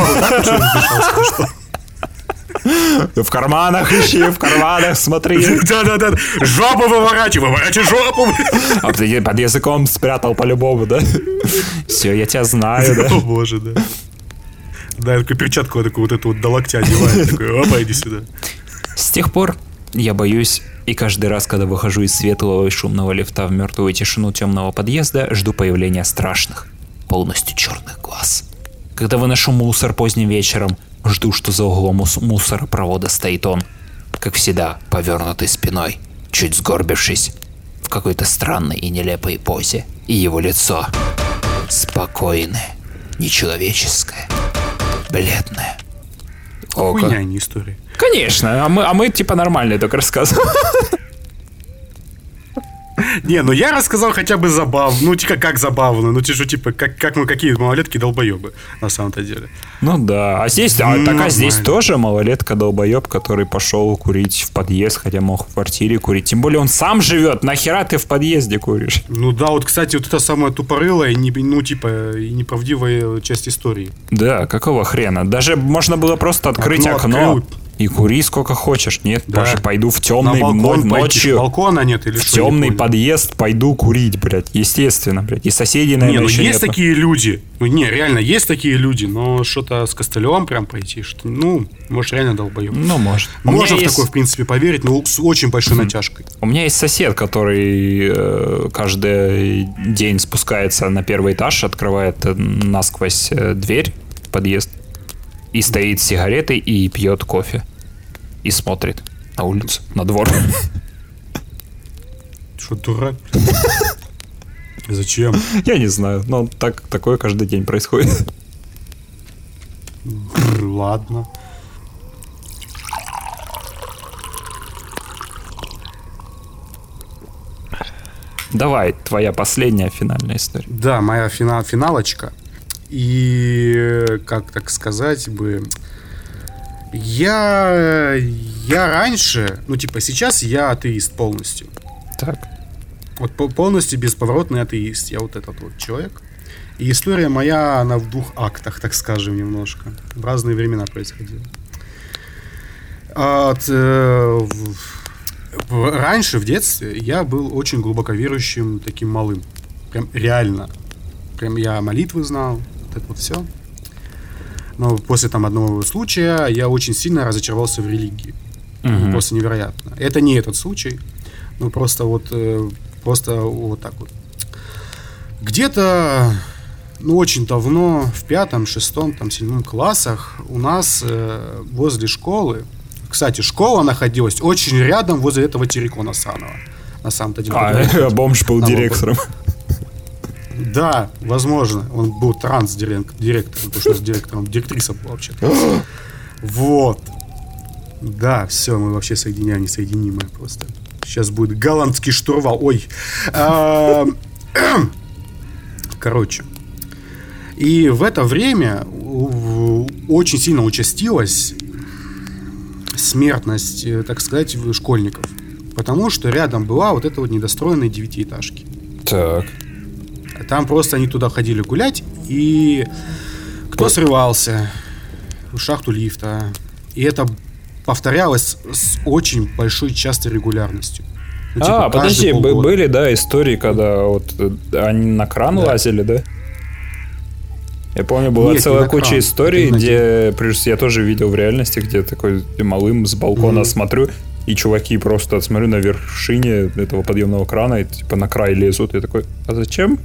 В карманах ищи, в карманах смотри. Да-да-да, жопу выворачивай, выворачивай жопу. А ты под языком спрятал по-любому, да? Все, я тебя знаю, да? О боже, да. Да, такую перчатку такую вот эту вот до локтя одевает. Такой, опа, иди сюда. С тех пор я боюсь, и каждый раз, когда выхожу из светлого и шумного лифта в мертвую тишину темного подъезда, жду появления страшных, полностью черных глаз. Когда выношу мусор поздним вечером, жду, что за углом мусоропровода стоит он, как всегда, повернутый спиной, чуть сгорбившись, в какой-то странной и нелепой позе. И его лицо спокойное, нечеловеческое, бледное. Хуйня, не история. Конечно, а мы, а мы типа нормальные только рассказываем. Не, ну я рассказал хотя бы забавно. Ну, типа, как забавно. Ну, типа, типа как, как мы какие малолетки долбоебы, на самом-то деле. Ну да. А здесь, а, так, а здесь тоже малолетка долбоеб, который пошел курить в подъезд, хотя мог в квартире курить. Тем более он сам живет. Нахера ты в подъезде куришь? Ну да, вот, кстати, вот это самая тупорылая, ну, типа, и неправдивая часть истории. Да, какого хрена? Даже можно было просто открыть окно. окно. И кури сколько хочешь. Нет, да. Паша, пойду в темный балкон ночью. Балкона нет или в что? темный подъезд пойду курить, блядь. Естественно, блядь. И соседей, наверное, не, ну еще есть нет. такие люди. Ну, не, реально, есть такие люди, но что-то с костылем прям пойти, что, ну, может, реально долбоеб. Ну, может. Можно в есть... такое, в принципе, поверить, но с очень большой натяжкой. У меня есть сосед, который э, каждый день спускается на первый этаж, открывает насквозь дверь в подъезд и стоит с сигаретой и пьет кофе. И смотрит на улицу, на двор. Что, дурак? Зачем? Я не знаю, но так, такое каждый день происходит. Ладно. Давай, твоя последняя финальная история. Да, моя финал, финалочка. И, как так сказать бы... Я... Я раньше... Ну, типа, сейчас я атеист полностью. Так. Вот полностью бесповоротный атеист. Я вот этот вот человек. И история моя, она в двух актах, так скажем, немножко. В разные времена происходила. От, э, в, в, раньше, в детстве, я был очень глубоко верующим таким малым. Прям реально. Прям я молитвы знал. Вот это вот все. Но после там одного случая я очень сильно разочаровался в религии. Mm-hmm. Просто невероятно. Это не этот случай. Ну, просто вот... Э, просто вот так вот. Где-то... Ну, очень давно, в пятом, шестом, там, седьмом классах у нас э, возле школы, кстати, школа находилась очень рядом возле этого Террикона Санова. На самом-то деле. А, бомж был директором. Да, возможно. Он был транс-директором, потому что с директором директриса была вообще-то. Вот. Да, все, мы вообще соединяем несоединимое просто. Сейчас будет голландский штурвал. Ой. Короче. И в это время очень сильно участилась смертность, так сказать, школьников. Потому что рядом была вот эта вот недостроенная девятиэтажки. Так. Там просто они туда ходили гулять, и кто срывался в шахту лифта. И это повторялось с очень большой частой регулярностью. Ну, типа, а, подожди, полгода. Были, да, истории, когда вот они на кран да. лазили, да? Я помню, была Нет, целая куча кран. историй, Ты где, плюс я тоже видел в реальности, где такой малым с балкона mm-hmm. смотрю, и чуваки просто, смотрю, на вершине этого подъемного крана, и типа на край лезут, и такой, а зачем?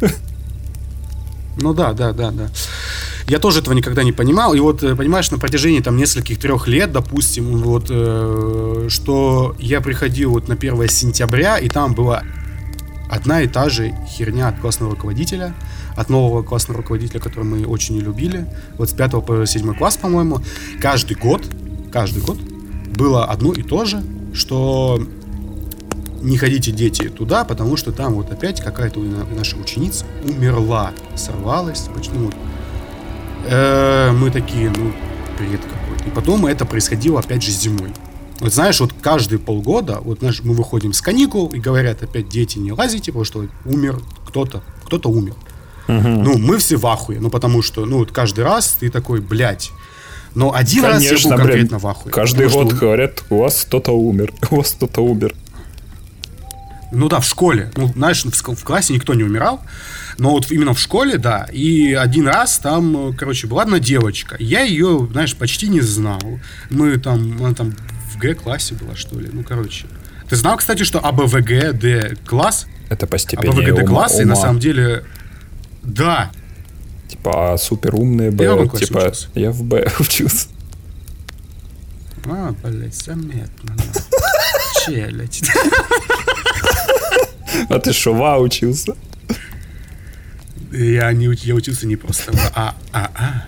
Ну да, да, да, да. Я тоже этого никогда не понимал, и вот, понимаешь, на протяжении там нескольких трех лет, допустим, вот, э, что я приходил вот на первое сентября, и там была одна и та же херня от классного руководителя, от нового классного руководителя, которого мы очень не любили, вот с пятого по седьмой класс, по-моему, каждый год, каждый год было одно и то же, что не ходите, дети, туда, потому что там вот опять какая-то наша ученица умерла, сорвалась, почему? Э, мы такие, ну, бред какой-то. И потом это происходило опять же зимой. Вот знаешь, вот каждые полгода, вот знаешь, мы выходим с каникул и говорят опять, дети, не лазите, потому что умер кто-то, кто-то умер. Угу. Ну, мы все в ахуе, ну, потому что, ну, вот каждый раз ты такой, блядь. Но один Конечно, раз я был конкретно блин, в ахуе. Каждый год что... говорят, у вас кто-то умер, у вас кто-то умер. Ну да, в школе. Ну, знаешь, в, в классе никто не умирал. Но вот именно в школе, да. И один раз там, короче, была одна девочка. Я ее, знаешь, почти не знал. Мы там, она там в Г-классе была, что ли. Ну, короче. Ты знал, кстати, что АБВГД-класс? Это по степени АБВГД-класс, ума, и на самом деле... Да. Типа, а супер умные Б, типа, учился. Я в Б учился. А, блядь, заметно. Челядь. А ты шо, ва учился? Я не я учился не просто в А, а, а.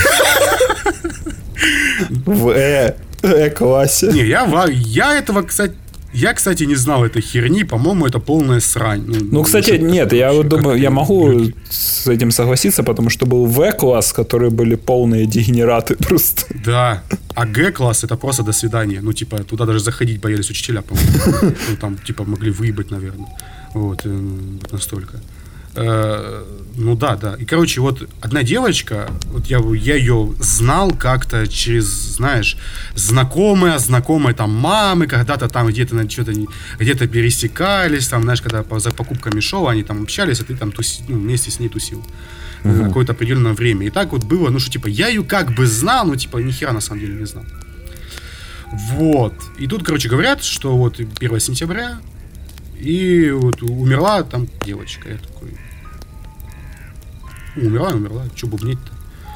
В Э, Э-классе. Не, я в Я этого, кстати, я, кстати, не знал этой херни, по-моему, это полная срань. Ну, ну кстати, нет, я вот думаю, я могу люди. с этим согласиться, потому что был В-класс, которые были полные дегенераты просто. Да, а Г-класс это просто до свидания. Ну, типа, туда даже заходить боялись учителя, по-моему. Ну, там, типа, могли выебать, наверное. Вот, вот настолько. Ну да, да. И, короче, вот одна девочка, вот я, я ее знал как-то через, знаешь, знакомые, знакомые там мамы, когда-то там где-то на что-то где-то пересекались, там, знаешь, когда по, за покупками шел, они там общались, а ты там туси, ну, вместе с ней тусил uh-huh. какое-то определенное время. И так вот было, ну что, типа, я ее как бы знал, но, типа, ни хера на самом деле не знал. Вот. И тут, короче, говорят, что вот первое сентября, и вот умерла там девочка. Я такой... Умерла, умерла, что бубнеть-то?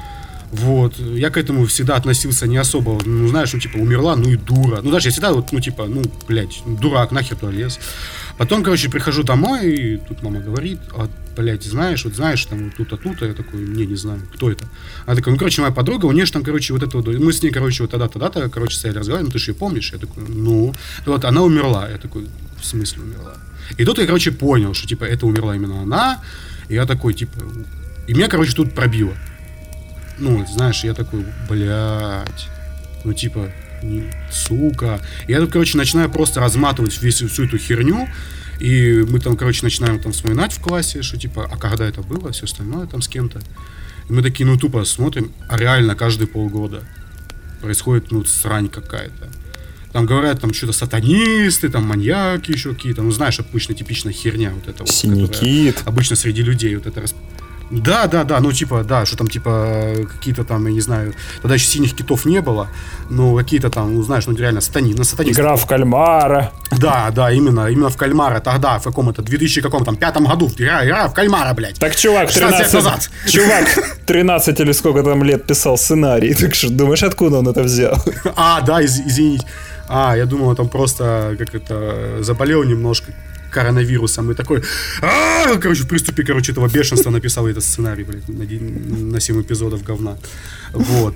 Вот, я к этому всегда относился не особо, ну, знаешь, ну, типа, умерла, ну и дура. Ну, даже я всегда, вот, ну, типа, ну, блядь, дурак, нахер туда лез. Потом, короче, прихожу домой, и тут мама говорит, а, блядь, знаешь, вот знаешь, там, вот тут-то, тут-то, я такой, не, не знаю, кто это. Она такая, ну, короче, моя подруга, у нее же там, короче, вот это вот, мы с ней, короче, вот тогда-то, тогда-то, короче, стояли разговаривали, ну, ты же ее помнишь? Я такой, ну, вот, она умерла. Я такой, в смысле умерла? И тут я, короче, понял, что, типа, это умерла именно она, и я такой, типа, и меня, короче, тут пробило. Ну, знаешь, я такой, блядь, ну, типа, не, сука. И я тут, короче, начинаю просто разматывать весь, всю эту херню, и мы там, короче, начинаем там вспоминать в классе, что, типа, а когда это было, все остальное там с кем-то. И мы такие, ну, тупо смотрим, а реально каждые полгода происходит, ну, срань какая-то. Там говорят, там, что-то сатанисты, там, маньяки еще какие-то, ну, знаешь, обычно типичная херня вот эта вот. Синяки. Обычно среди людей вот это... Да, да, да, ну типа, да, что там типа какие-то там, я не знаю, тогда еще синих китов не было, но какие-то там, ну знаешь, ну реально сатани, на сатанистов. Игра в кальмара. Да, да, именно, именно в кальмара, тогда, в каком-то две тысячи каком там пятом году, игра, игра в кальмара, блядь. Так чувак, тринадцать, назад. Чувак, тринадцать или сколько там лет писал сценарий, так что думаешь, откуда он это взял? А, да, из, извините. А, я думал, он там просто, как это, заболел немножко коронавирусом и такой, а короче, в приступе, короче, этого бешенства написал этот сценарий, блядь, на, на семь эпизодов говна. Вот.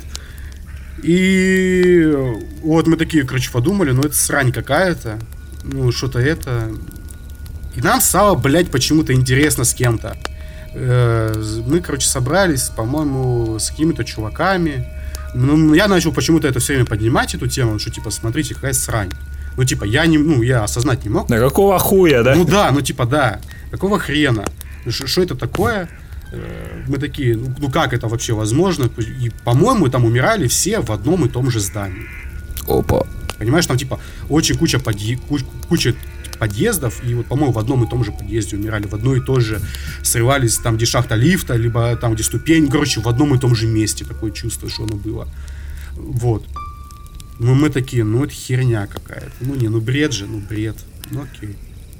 И вот мы такие, короче, подумали, ну это срань какая-то, ну что-то это. И нам стало, блядь, почему-то интересно с кем-то. Мы, короче, собрались, по-моему, с какими-то чуваками. Ну, я начал почему-то это все время поднимать, эту тему, что, типа, смотрите, какая срань. Ну, типа, я не, ну, я осознать не мог. Да какого хуя, да? Ну да, ну типа, да. Какого хрена? Что это такое? Мы такие, ну, ну как это вообще возможно? И, по-моему, там умирали все в одном и том же здании. Опа. Понимаешь, там типа очень куча, подъ... куч... куча подъездов, и вот, по-моему, в одном и том же подъезде умирали, в одной и той же срывались там, где шахта лифта, либо там, где ступень, короче, в одном и том же месте такое чувство, что оно было. Вот. Ну, мы такие, ну, это херня какая-то. Ну, не, ну, бред же, ну, бред. Ну, окей.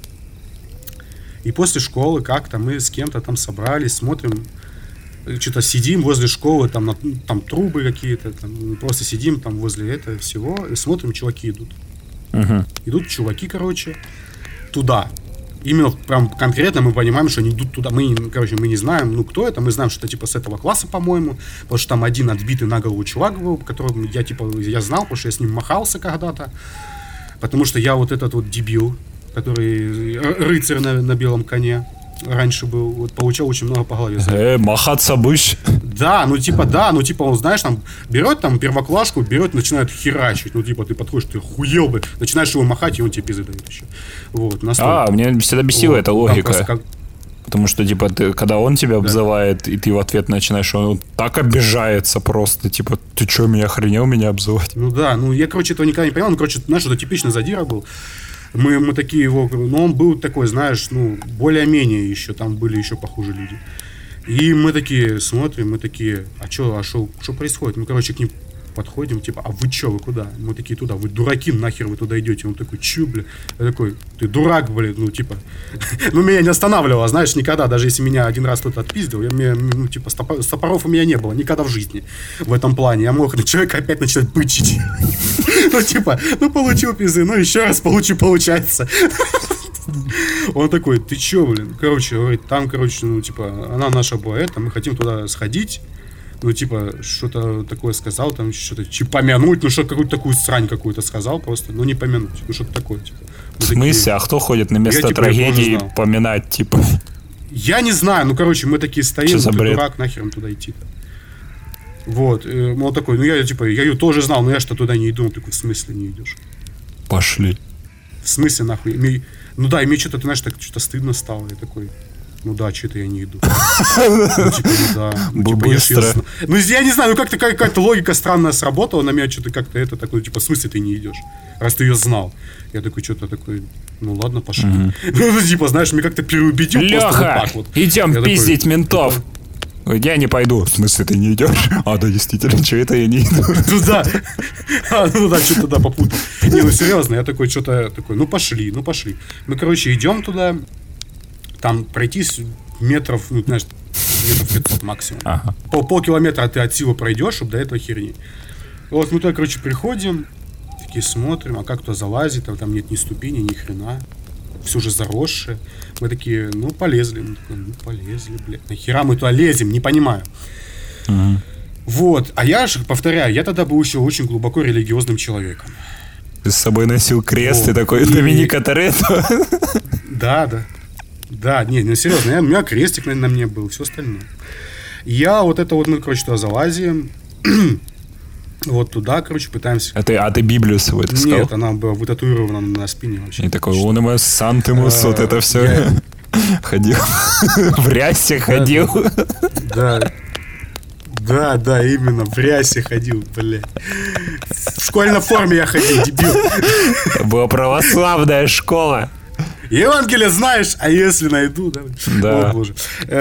И после школы как-то мы с кем-то там собрались, смотрим, что-то сидим возле школы, там, на, там трубы какие-то, там, просто сидим там возле этого всего и смотрим, чуваки идут. Uh-huh. Идут чуваки, короче, туда. Именно прям конкретно мы понимаем, что они идут туда. Мы, короче, мы не знаем, ну, кто это. Мы знаем, что это, типа, с этого класса, по-моему. Потому что там один отбитый на голову чувак был, которого я, типа, я знал, потому что я с ним махался когда-то. Потому что я вот этот вот дебил, который рыцарь на, на белом коне раньше был, вот, получал очень много по голове. Э, махаться будешь? Да, ну, типа, да, ну, типа, он, знаешь, там, берет, там, первоклашку, берет, начинает херачить. Ну, типа, ты подходишь, ты хуел бы, начинаешь его махать, и он тебе пизды дает еще. Вот, а, мне всегда бесила вот, эта логика. Как... Потому что, типа, ты, когда он тебя обзывает, да. И ты в ответ начинаешь, он так обижается просто, типа, ты что, меня охренел меня обзывать? Ну, да, ну, я, короче, этого никогда не понимал, ну, короче, знаешь, это типичный задира был. Мы, мы такие его, ну, он был такой, знаешь, ну, более-менее еще, там были еще похуже люди. И мы такие смотрим, мы такие, а что, а что, что происходит? Мы, короче, к ним подходим, типа, а вы что, вы куда? Мы такие, туда, вы дураки, нахер вы туда идете? Он такой, чё, бля? Я такой, ты дурак, блин, ну, типа, ну, меня не останавливало, знаешь, никогда, даже если меня один раз кто-то отпиздил, я, меня, ну, типа, стопоров у меня не было, никогда в жизни в этом плане. Я мог на человека опять начинать бычить. Ну, типа, ну, получил пизды, ну, еще раз получу, получается. Он такой, ты чё, блин? Короче, говорит, там, короче, ну, типа, она наша была это, мы хотим туда сходить. Ну, типа, что-то такое сказал, там, что-то, типа, помянуть, ну, что какую-то такую срань какую-то сказал просто, ну, не помянуть, ну, что-то такое, типа. В смысле? Такие... А кто ходит на место я, типа, трагедии поминать, типа? Я не знаю, ну, короче, мы такие стоим, ты дурак, нахер им туда идти-то. Вот, и он такой, ну, я, типа, я ее тоже знал, но я что туда не иду, он такой, в смысле не идешь? Пошли. В смысле, нахуй? Мне... Ну, да, и мне что-то, ты знаешь, так что-то стыдно стало, я такой... Ну да, что-то я не иду. Ну, типа, ну да. Ну, типа, быстро. Я, ну, я не знаю, ну как-то какая-то логика странная сработала, на меня что-то как-то это такое, типа, в смысле ты не идешь? Раз ты ее знал. Я такой, что-то такой, ну ладно, пошли. Ну, типа, знаешь, мне как-то переубедил. Леха, идем пиздить ментов. Я не пойду. В смысле, ты не идешь? А, да, действительно, что это я не иду? Ну да. А, ну да, что-то да, попутал. Не, ну серьезно, я такой, что-то такой, ну пошли, ну пошли. Мы, короче, идем туда. Там пройтись метров, ну, знаешь, метров пятьсот максимум. Ага. Пол, полкилометра ты от силы пройдешь, чтобы до этого херни. Вот мы туда, короче, приходим, такие смотрим, а как туда залазит, а там нет ни ступени, ни хрена. Все же заросшее. Мы такие, ну, полезли. Мы такие, ну, полезли, блядь. Нахера мы туда лезем, не понимаю. Угу. Вот. А я же, повторяю, я тогда был еще очень глубоко религиозным человеком. Ты с собой носил крест, вот. Ты такой, Доминика Торетто. Да, да. Да, не, ну серьезно, я, у меня крестик на, на мне был, все остальное. Я вот это вот, мы, короче, туда залазим. Вот туда, короче, пытаемся... А ты, а ты Библию с собой таскал? Нет, она была вытатуирована на спине вообще. И такой, он ему Сантимус, вот это все. Ходил. В рясе ходил. Да. Да, да, именно, в рясе ходил, блядь. В школьной форме я ходил, дебил. Была православная школа. Евангелие знаешь, а если найду, да? Да. О, боже.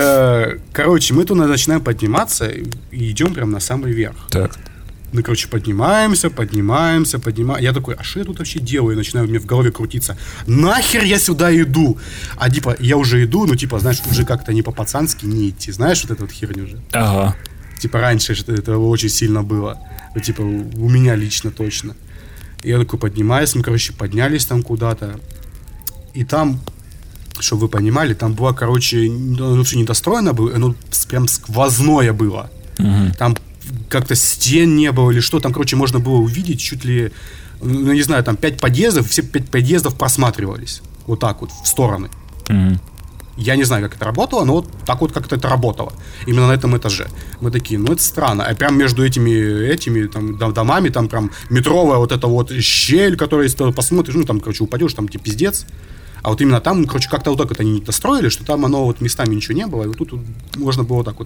Короче, мы туда начинаем подниматься и идем прям на самый верх. Так. Мы, короче, поднимаемся, поднимаемся, поднимаемся. Я такой, а что я тут вообще делаю? И начинаю мне в голове крутиться. Нахер я сюда иду? А типа, я уже иду, ну типа, знаешь, уже как-то не по-пацански не идти. Знаешь, вот эту вот херню уже? Ага. Типа, раньше это очень сильно было. Ну, типа, у меня лично точно. И я такой поднимаюсь, мы, короче, поднялись там куда-то. И там, чтобы вы понимали, там было, короче, ну, все недостроено было, оно прям сквозное было. Угу. Там как-то стен не было или что, там, короче, можно было увидеть чуть ли, ну, не знаю, там пять подъездов, все пять подъездов просматривались. Вот так вот, в стороны. Угу. Я не знаю, как это работало, но вот так вот как-то это работало. Именно на этом этаже. Мы такие, ну это странно. А прям между этими, этими там, домами, там прям метровая вот эта вот щель, которая, если ты посмотришь, ну там, короче, упадешь, там типа пиздец. А вот именно там, короче, как-то вот так вот они достроили, что там оно вот местами ничего не было, и вот тут вот можно было вот так вот.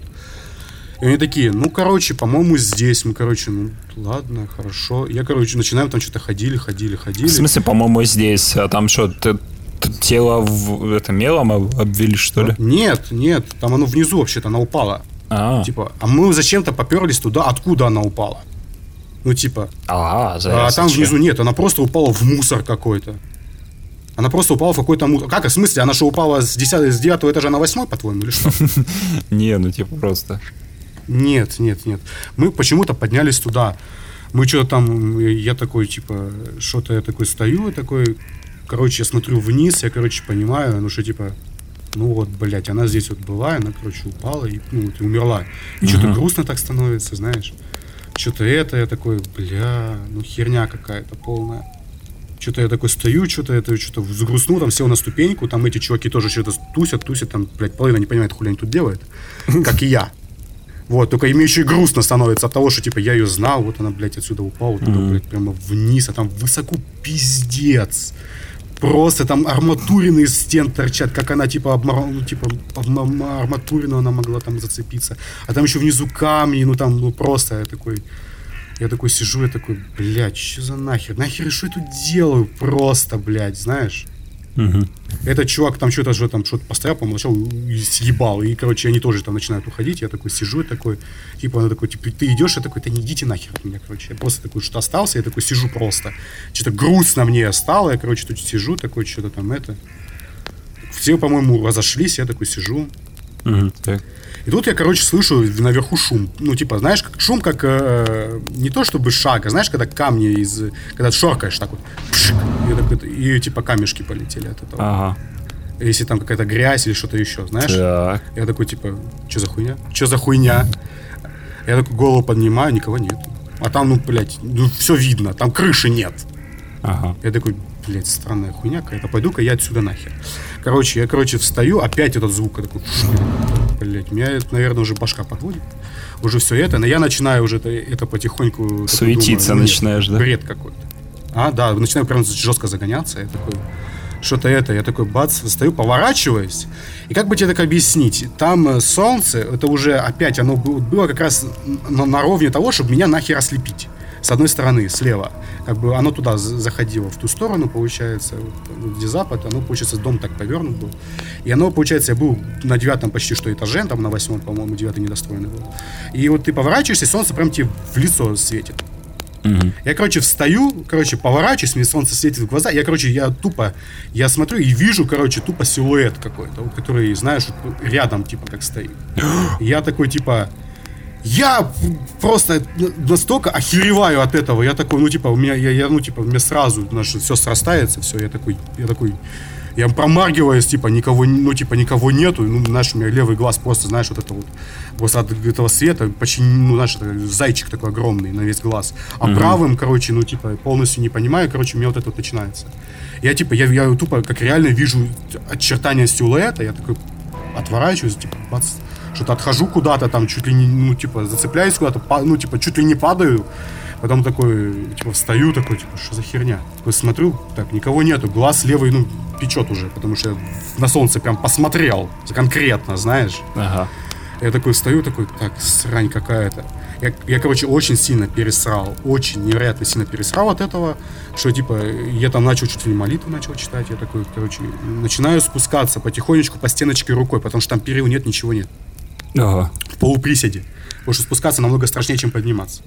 И они такие, ну, короче, по-моему, здесь. Мы, короче, ну, ладно, хорошо. Я, короче, начинаем там что-то ходили, ходили, ходили. В смысле, по-моему, здесь? А там что, ты, ты тело в, это мелом обвели, что ли? Нет, нет, там оно внизу вообще-то, она упала. А, Типа, а мы зачем-то поперлись туда, откуда она упала. Ну, типа, а, а там внизу нет, она просто упала в мусор какой-то. Она просто упала в какой-то мусор. Как, в смысле, она что, упала с десятого, с девятого этажа на восьмой, по-твоему, или что? Не, ну типа просто... Нет, нет, нет. Мы почему-то поднялись туда. Мы что-то там, я такой, типа, что-то я такой стою, такой, короче, я смотрю вниз, я, короче, понимаю, ну, что, типа, ну, вот, блядь, она здесь вот была, она, короче, упала и, ну, вот, и умерла. И uh-huh. что-то грустно так становится, знаешь. Что-то это, я такой, бля, ну, херня какая-то полная. Что-то я такой стою, что-то это, что-то загрустнул, там сел на ступеньку, там эти чуваки тоже что-то тусят, тусят, там, блядь, половина не понимает, хули они тут делают, как и я. Вот, только им еще и грустно становится от того, что, типа, я ее знал, вот она, блядь, отсюда упала, вот туда, mm-hmm. блядь, прямо вниз, а там высоко пиздец. Просто там арматурины из стен торчат, как она, типа, обмар... ну, типа, арматурину она могла там зацепиться. А там еще внизу камни, ну, там, ну, просто я такой... Я такой сижу, я такой, блядь, что за нахер? Нахер, что я тут делаю? Просто, блядь, знаешь? Угу. Этот чувак там что-то же там что-то постоял, помолчал и съебал. И, короче, они тоже там начинают уходить. Я такой сижу, я такой, типа, он такой, типа, ты идешь, я такой, да не идите нахер от меня, короче. Я просто такой, что остался, я такой сижу просто. Что-то грустно мне стало, я, короче, тут сижу, такой, что-то там это. Все, по-моему, разошлись, я такой сижу. Угу, так. И тут я, короче, слышу наверху шум. Ну, типа, знаешь, как шум, как э, не то чтобы шаг, а знаешь, когда камни из... Когда ты шоркаешь так вот. Пшик, и, так, и, типа, камешки полетели от этого. Ага. Если там какая-то грязь или что-то еще, знаешь? Так. Я такой, типа, что за хуйня? Что за хуйня? Я такой голову поднимаю, никого нет. А там, ну, блядь, ну, все видно, там крыши нет. Ага. Я такой, блядь, странная хуйня какая-то. Пойду-ка я отсюда нахер. Короче, я, короче, встаю, опять этот звук, я такой, блядь, меня, это, наверное, уже башка подводит. Уже все это, но я начинаю уже это, это потихоньку... Суетиться думаю, начинаешь, да? Бред какой-то. А, да, начинаю прям жестко загоняться. Я такой, что-то это, я такой, бац, встаю, поворачиваюсь. И как бы тебе так объяснить? Там солнце, это уже опять, оно было как раз на, на ровне того, чтобы меня нахер ослепить. С одной стороны, слева. Как бы оно туда заходило, в ту сторону, получается, вот, где запад, оно, получается, дом так повернут был. И оно, получается, я был на девятом почти что этаже, там на восьмом, по-моему, девятый недостроенный был. И вот ты поворачиваешься, и солнце прям тебе в лицо светит. Угу. Я, короче, встаю, короче, поворачиваюсь, мне солнце светит в глаза. Я, короче, я тупо, я смотрю и вижу, короче, тупо силуэт какой-то, который, знаешь, рядом, типа, как стоит. Я такой, типа... Я просто настолько охереваю от этого. Я такой, ну, типа, у меня, я, я ну, типа, у меня сразу, наше, все срастается, все, я такой, я такой... Я промаргиваюсь, типа, никого, ну, типа, никого нету. Ну, знаешь, у меня левый глаз просто, знаешь, вот это вот, просто от этого света, почти, ну, знаешь, это зайчик такой огромный на весь глаз. А mm-hmm. правым, короче, ну, типа, полностью не понимаю, короче, у меня вот это вот начинается. Я, типа, я, я тупо, как реально вижу очертания силуэта, я такой отворачиваюсь, типа, бац, что-то отхожу куда-то, там, чуть ли не, ну, типа, зацепляюсь куда-то, ну, типа, чуть ли не падаю. Потом такой, типа, встаю, такой, типа, что за херня? Такой смотрю, так, никого нету, глаз левый, ну, печет уже, потому что я на солнце прям посмотрел, конкретно, знаешь. Ага. Я такой встаю, такой, так, срань какая-то. Я, я, короче, очень сильно пересрал, очень невероятно сильно пересрал от этого, что, типа, я там начал чуть ли не молитву начал читать, я такой, короче, начинаю спускаться потихонечку по стеночке рукой, потому что там перил нет, ничего нет. Ага. В полуприседе. Потому что спускаться намного страшнее, чем подниматься.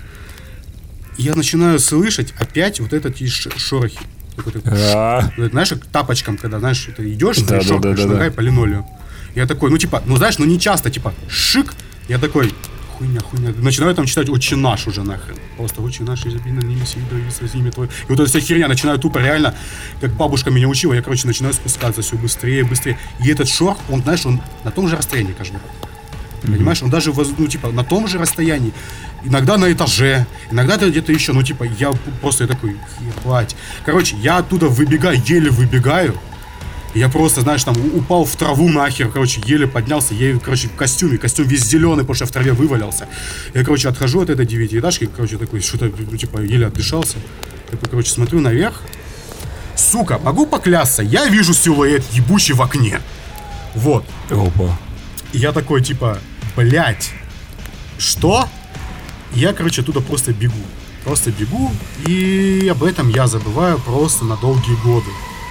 И я начинаю слышать опять вот эти шорохи. Вот это, а- вот это, знаешь, как тапочком, когда, знаешь, ты идешь, да, ты шоркаешь да, да, ногой да. по линолею. Я такой, ну, типа, ну, знаешь, ну, не часто, типа, шик. Я такой, хуйня, хуйня. Начинаю там читать «Отче наш» уже нахрен. Просто «Отче наш, изобильно на ними сидит, с ними твой». И вот эта вся херня, начинаю тупо реально, как бабушка меня учила, я, короче, начинаю спускаться все быстрее, быстрее. И этот шорох, он, знаешь, он на том же расстоянии каждый раз. Понимаешь, он даже, ну, типа, на том же расстоянии. Иногда на этаже, иногда где-то еще. Ну, типа, я просто я такой, ебать. Короче, я оттуда выбегаю, еле выбегаю. Я просто, знаешь, там упал в траву нахер, короче, еле поднялся. Я, короче, в костюме, костюм весь зеленый, потому что я в траве вывалился. Я, короче, отхожу от этой девятиэтажки, короче, такой, что-то, ну, типа, еле отдышался. Такой, короче, смотрю наверх. Сука, могу поклясться, я вижу силуэт ебучий в окне. Вот. Опа. И я такой, типа, блять, что? И я, короче, оттуда просто бегу. Просто бегу, и об этом я забываю просто на долгие годы.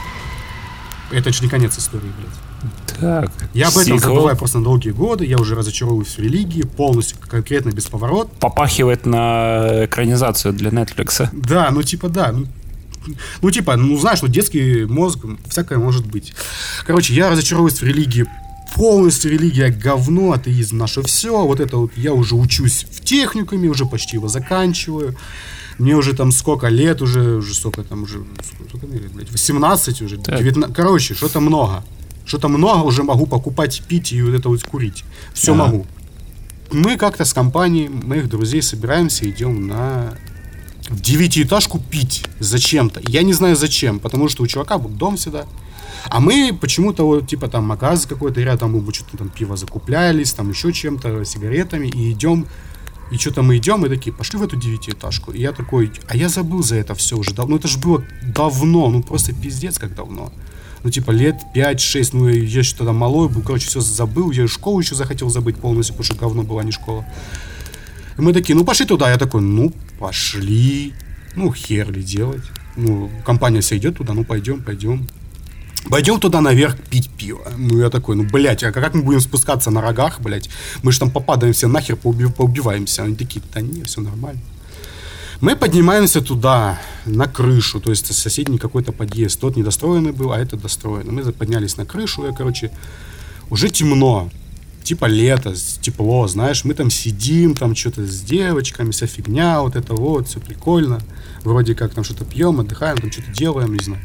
Это же не конец истории, блядь. Так. Я об этом сиквел. Забываю просто на долгие годы. Я уже разочаровываюсь в религии, полностью, конкретно, бесповорот. Попахивает на экранизацию для Netflix. Да, ну типа, да. Ну, ну типа, ну знаешь, ну детский мозг, всякое может быть. Короче, я разочаровываюсь в религии. Полностью религия говно, атеизм наше все. Вот это вот я уже учусь в техникуме, уже почти его заканчиваю. Мне уже там сколько лет, уже, уже сколько там, уже, сколько лет, блядь, восемнадцать уже, девятнадцать, короче, что-то много. Что-то много уже могу покупать, пить и вот это вот курить. Все ага. могу. Мы как-то с компанией моих друзей собираемся, идем на девятиэтажку пить зачем-то. Я не знаю зачем, потому что у чувака был дом всегда. А мы почему-то вот, типа, там, магаз какой-то рядом, мы что-то там пиво закуплялись, там, еще чем-то, сигаретами, и идем, и что-то мы идем, и такие, пошли в эту девятиэтажку. И я такой, а я забыл за это все уже давно, ну, это же было давно, ну, просто пиздец как давно. Ну, типа, лет пять-шесть, ну, я что-то там малой был, короче, все забыл, я школу еще захотел забыть полностью, потому что говно была не школа. И мы такие, ну, пошли туда, я такой, ну, пошли, ну, хер ли делать. Ну, компания вся идет туда, ну, пойдем, пойдем. Пойдем туда наверх пить пиво. Ну, я такой, ну, блядь, а как мы будем спускаться на рогах, блядь? Мы же там попадаем все нахер, поуби- поубиваемся. Они такие, да не, все нормально. Мы поднимаемся туда, на крышу, то есть соседний какой-то подъезд. Тот недостроенный был, а этот достроенный. Мы поднялись на крышу, я, короче, уже темно. Типа лето, тепло, знаешь. Мы там сидим, там что-то с девочками, вся фигня, вот это вот, все прикольно. Вроде как там что-то пьем, отдыхаем, там что-то делаем, не знаю.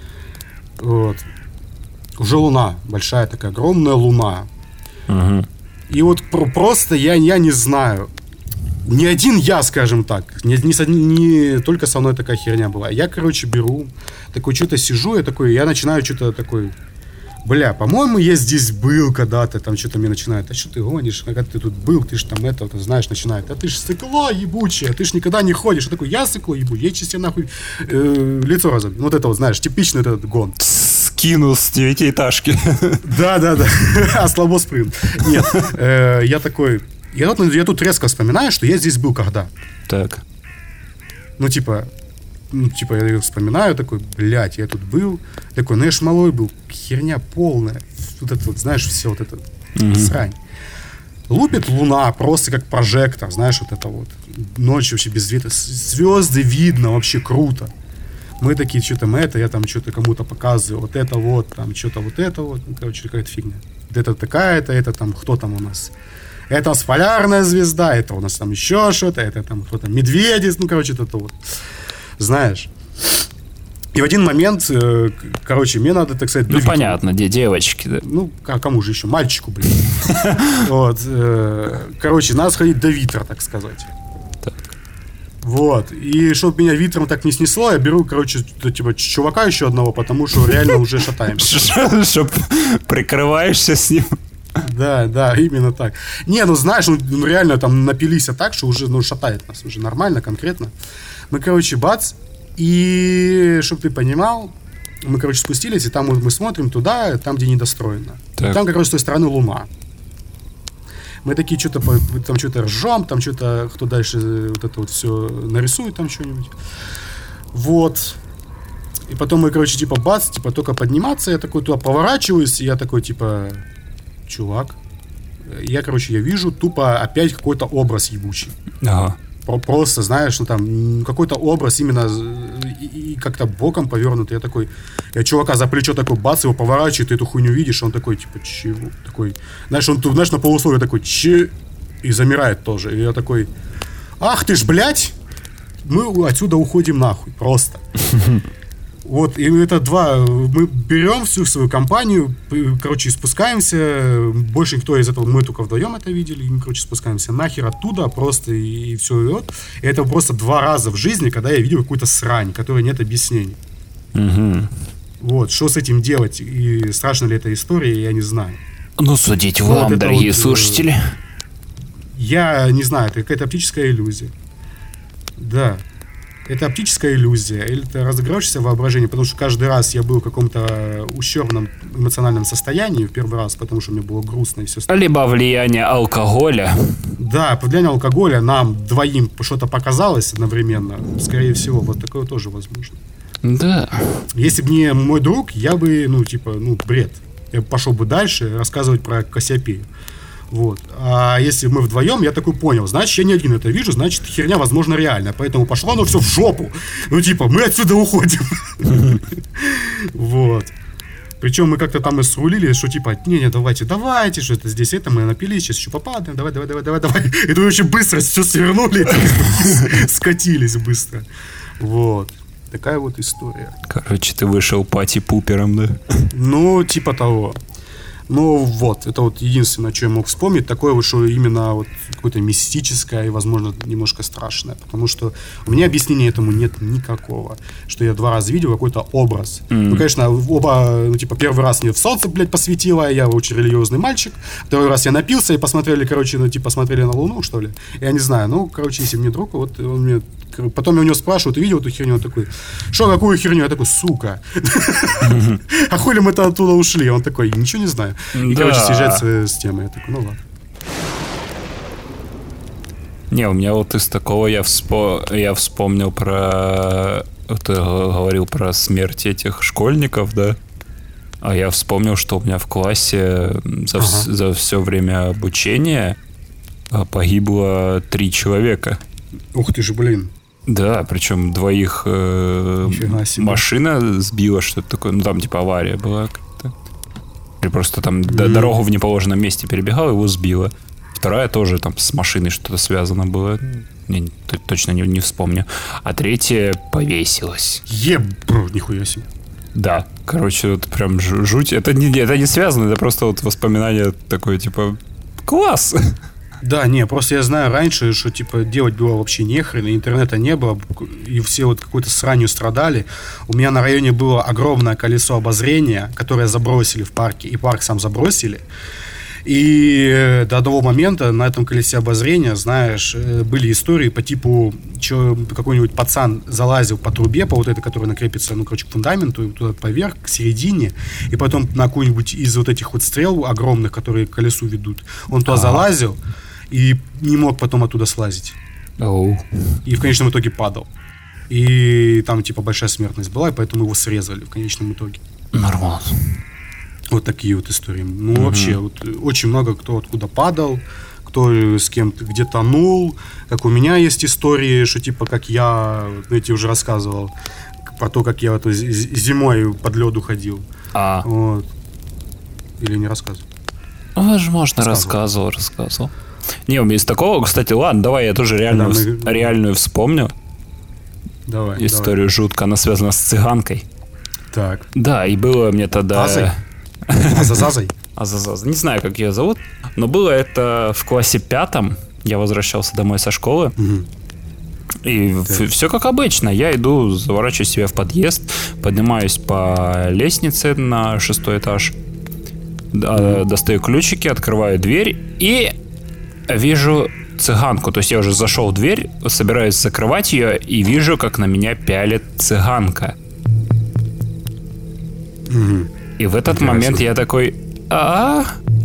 Вот. Уже луна, большая такая, огромная луна. Uh-huh. И вот про- просто я, я не знаю. Не один я, скажем так. Не, не, не только со мной такая херня была. Я, короче, беру, такой что-то сижу, я такой, я начинаю что-то такой, бля, по-моему, я здесь был когда-то, там что-то мне начинает, а что ты гонишь, когда ты тут был, ты ж там это, вот, знаешь, начинает, а ты ж стекло ебучее, ты ж никогда не ходишь. Я такой, я стекло ебучее, я чисто нахуй э, лицо разом. Вот это вот, знаешь, типичный этот гон. Скинул с девятиэтажки. Да-да-да, а слабо спрыгнул. Нет, я такой, я тут резко вспоминаю, что я здесь был когда. Так. Ну, типа... Ну, типа, я вспоминаю, такой, блядь, я тут был. Такой, ну я ж малой был, херня полная. Вот это вот, знаешь, все вот это mm-hmm. срань. Лупит луна просто как прожектор, знаешь, вот это вот. ночь вообще без света, звезды видно, вообще круто. Мы такие, что там это, я там что-то кому-то показываю, вот это вот, там что-то вот это вот, ну, короче, какая-то фигня. Это такая-то, это там, кто там у нас? Это у нас полярная звезда, это у нас там еще что-то, это там кто-то медведи, ну, короче, это вот, знаешь. И в один момент, э, короче, мне надо, так сказать... Ну, понятно, где девочки, да? Ну, а кому же еще? Мальчику, блин. Вот. Короче, надо сходить до Витра, так сказать. Так. Вот. И чтобы меня Витром так не снесло, я беру, короче, типа, чувака еще одного, потому что реально уже шатаемся. Чтоб прикрываешься с ним. Да, да, именно так. Не, ну знаешь, ну реально там напились так, что уже, ну, шатает нас уже нормально, конкретно. Мы, короче, бац, и, чтобы ты понимал, мы, короче, спустились, и там мы смотрим туда, там, где недостроено. Там, как раз, с той стороны луна. Мы такие что-то там что-то ржем, там что-то, кто дальше вот это вот все нарисует там что-нибудь. Вот. И потом мы, короче, типа, бац, типа, только подниматься, я такой туда поворачиваюсь, и я такой, типа, чувак, я, короче, я вижу тупо опять какой-то образ ебучий. Ага. Просто, знаешь, ну там какой-то образ именно и, и как-то боком повернутый. Я такой, я чувака за плечо такой бац, его поворачивает, ты эту хуйню видишь, он такой, типа, чего? Такой, знаешь, он, знаешь, на полусловие такой, че? И замирает тоже. И я такой, ах ты ж, блядь, мы отсюда уходим нахуй, просто. Вот, и это два, мы берем всю свою компанию, короче, спускаемся, больше никто из этого, мы только вдвоем это видели, и мы, короче, спускаемся нахер оттуда просто, и, и все, и вот. И это просто два раза в жизни, когда я видел какую-то срань, которой нет объяснений. Угу. Вот, что с этим делать, и страшна ли эта история, я не знаю. Ну, судить вам, вот дорогие вот, слушатели. Я не знаю, это какая-то оптическая иллюзия. Да. Это оптическая иллюзия, или это разыгравшееся воображение, потому что каждый раз я был в каком-то ущербном эмоциональном состоянии в первый раз, потому что мне было грустно и все остальное. Либо влияние алкоголя. Да, влияние алкоголя нам двоим что-то показалось одновременно, скорее всего, вот такое тоже возможно. Да. Если бы не мой друг, я бы, ну, типа, ну, бред. Я пошел бы дальше рассказывать про Кассиопею. Вот. А если мы вдвоем, я такой понял, значит, я не один это вижу, значит, херня, возможно, реальная. Поэтому пошло оно все в жопу. Ну, типа, мы отсюда уходим. Вот. Причем мы как-то там и срулили, что типа, не-не, давайте, давайте, что это здесь, это мы напились, сейчас еще попадаем, давай, давай, давай, давай, давай. И тут очень быстро все свернули, скатились быстро. Вот. Такая вот история. Короче, ты вышел пати-пупером, да? Ну, типа того. Ну вот, это вот единственное, что я мог вспомнить, такое вот, что именно вот какое-то мистическое и, возможно, немножко страшное, потому что у меня объяснения этому нет никакого, что я два раза видел какой-то образ. Mm-hmm. Ну, конечно, оба, ну, типа, первый раз мне в солнце, блядь, посветило, я очень религиозный мальчик, второй раз я напился и посмотрели, короче, ну, типа, смотрели на Луну, что ли, я не знаю, ну, короче, если мне друг, вот он мне, потом я у него спрашиваю, ты видел эту херню, он такой, что, какую херню? Я такой, сука, а хули мы-то оттуда ушли? Он такой, ничего не знаю. И, да. короче, съезжать с, с темы. Я такой, ну ладно. Не, у меня вот из такого я, вспо... я вспомнил про... Ты говорил про смерть этих школьников, да? А я вспомнил, что у меня в классе за, ага. в... за все время обучения погибло три человека. Ух ты же, блин. Да, причем двоих э... машина сбила, что-то такое. Ну, там типа авария была. Или просто там mm-hmm. дорогу в неположенном месте перебегал, его сбило. Вторая тоже там с машиной что-то связано было. Не, точно не, не вспомню. А третья повесилась. Еб, нихуя себе. Да, короче, вот прям жуть. Это не, это не связано, это просто вот воспоминание такое, типа, класс. Да, не, просто я знаю раньше, что, типа, делать было вообще нехрен, интернета не было, и все вот какой-то сранью страдали. У меня на районе было огромное колесо обозрения, которое забросили в парке, и парк сам забросили. И до одного момента на этом колесе обозрения, знаешь, были истории по типу, что какой-нибудь пацан залазил по трубе, по вот этой, которая накрепится, ну, короче, к фундаменту, туда поверх, к середине, и потом на какую-нибудь из вот этих вот стрел огромных, которые к колесу ведут, он туда ага. залазил и не мог потом оттуда слазить. Oh. И в конечном итоге падал. И там, типа, большая смертность была, и поэтому его срезали в конечном итоге. Нормально. Вот такие вот истории. Ну, mm-hmm. вообще, вот, очень много кто откуда падал, кто с кем где тонул, как у меня есть истории, что типа как я, я тебе уже рассказывал, про то, как я вот зимой под лёду ходил. А. Вот. Или не рассказывал? Возможно, рассказывал, рассказывал. Не, у меня из такого, кстати, ладно, давай я тоже реальную, мы... реальную вспомню. Давай, историю давай. жутко, она связана с цыганкой. Так. Да, и было мне тогда... Азой? Азазазой? Азазазой. Не знаю, как ее зовут, но было это в классе пятом. Я возвращался домой со школы. Угу. И в- все как обычно. Я иду, заворачиваю себя в подъезд, поднимаюсь по лестнице на шестой этаж, д- достаю ключики, открываю дверь и вижу цыганку. То есть я уже зашел в дверь, собираюсь закрывать ее и вижу, как на меня пялит цыганка. Угу. И в этот Интересно. момент я такой... а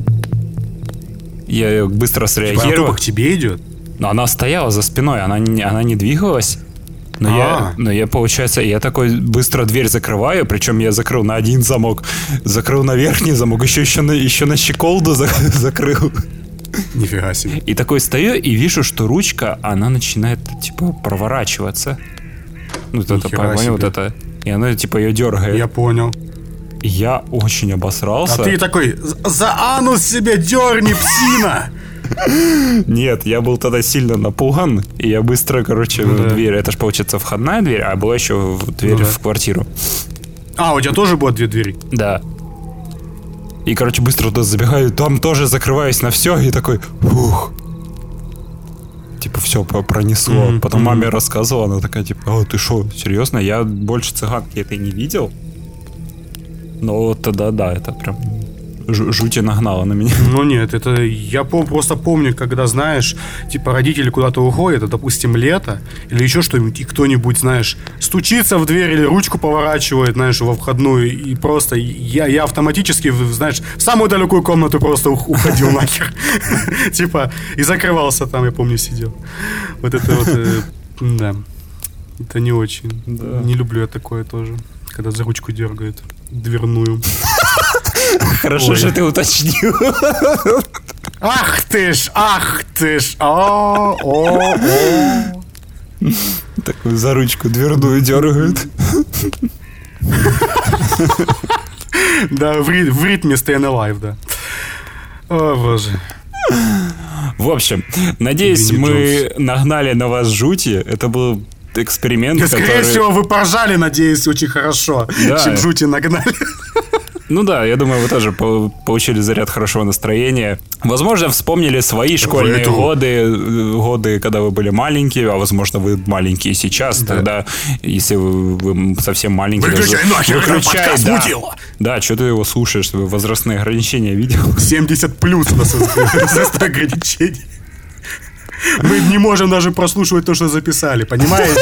Я быстро среагировал. Типа, к тебе идет? Но она стояла за спиной, она не, она не двигалась. Но А. я, но я, получается, я такой быстро дверь закрываю, причем я закрыл на один замок, закрыл на верхний замок, еще, еще, на, еще на щеколду за, закрыл. Нифига себе. И такой стою и вижу, что ручка, она начинает, типа, проворачиваться. Ну, вот это, Нихера понял, себе. вот это. И она, типа, ее дергает. Я понял. И я очень обосрался. А ты такой, за анус себе дерни, псина! Нет, я был тогда сильно напуган, и я быстро, короче, Ну в да. дверь, это же, получается, входная дверь, а была еще дверь Ну да. в квартиру. А, у тебя тоже было две двери? Да. И, короче, быстро туда забегаю, там тоже закрываюсь на все, и такой, ух. Типа, все пронесло. Мгм, Потом мгм. маме рассказывала, она такая, типа, о, ты шо, серьезно? Я больше цыганки этой не видел. Но вот тогда, да, это прям жу- жути нагнало на меня. Ну нет, это я пом- просто помню, когда, знаешь, типа родители куда-то уходят, а, допустим, лето, или еще что-нибудь, и кто-нибудь, знаешь, стучится в дверь или ручку поворачивает, знаешь, во входную, и просто я, я автоматически, в- знаешь, в самую далекую комнату просто ух- уходил нахер. Типа, и закрывался там, я помню, сидел. Вот это вот, э, да, это не очень. Не люблю я такое тоже, когда за ручку дергают дверную. Хорошо, Ой. что ты уточнил. Ах ты ж, ах ты ж, о, о, о. Такую за ручку дверную дергают. Да, в, ри- в ритме Staying Alive, да. О, боже. В общем, надеюсь, Винни мы нагнали на вас жути. Это был эксперимент, Да, скорее который... всего, вы поржали, надеюсь, очень хорошо, Да. чем жути нагнали. Ну да, я думаю, вы тоже по- получили заряд хорошего настроения. Возможно, вспомнили свои школьные эту- годы, э, годы, когда вы были маленькие, а возможно, вы маленькие сейчас. Да. Тогда, если вы, вы совсем маленькие... Выключай даже- нахер этот подкаст, да. мудила! Да, что ты его слушаешь, возрастные ограничения видел? семьдесят плюс у нас возрастное ограничение. Мы не можем даже прослушивать то, что записали, понимаете?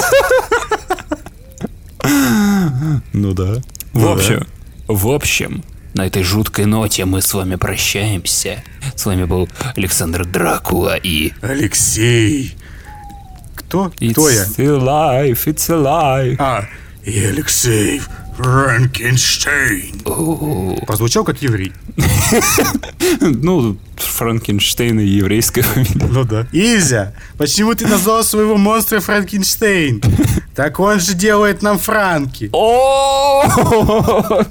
Ну да. В Ну общем, в общем, на этой жуткой ноте мы с вами прощаемся. С вами был Александр Дракула и... Алексей. Кто? It's Кто я? alive, it's alive. А, и Алексей Франкенштейн. Прозвучал как еврей. Ну, Франкенштейн и еврейская фамилия. Ну да. Изя, почему ты назвал своего монстра Франкенштейн? Так он же делает нам франки. О!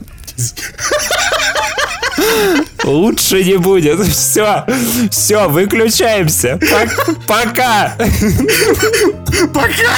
Лучше не будет. Все, все, выключаемся. Пок- Пока. Пока!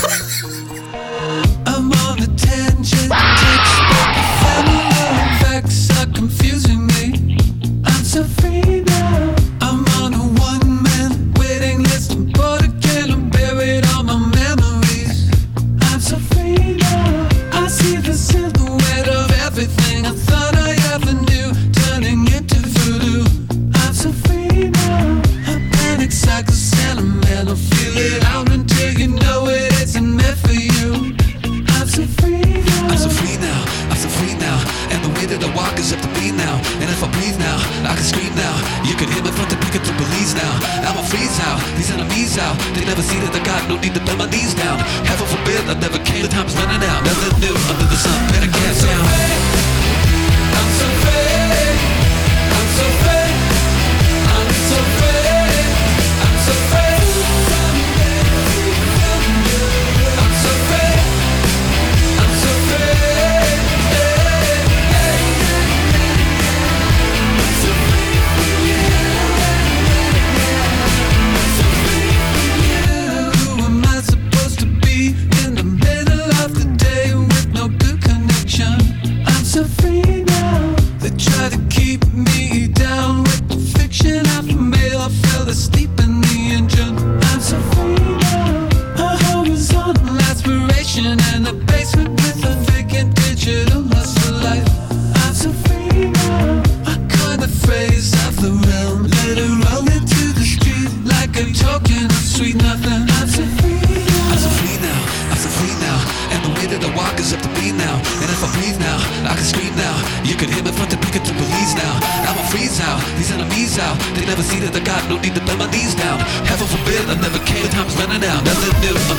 I'm on a tangent, textbook familiar facts are confusing me. I'm so free now. I'm on a one-man waiting list, but again I'm buried all my memories. I'm so free now. I see the silhouette of everything I thought I ever knew, turning into voodoo. I'm so free now. I panic, psycho, sentimental, feel it out until you know it isn't meant for you. I'm so free now. I'm so free now. I'm so free now. And the way that I walk is up to me now. And if I breathe now, I can scream now. You can hear me from the pick up to police now. I'm a freeze out. These enemies out. They never see that I got no need to bend my knees down. Heaven forbid I never came. The time's running out. Nothing new under the sun. Better get down. I'm so free. I'm so free. I'm so free. south. They never see that I got no need to bend my knees down. Heaven forbid, I never came, time's running out. Nothing new.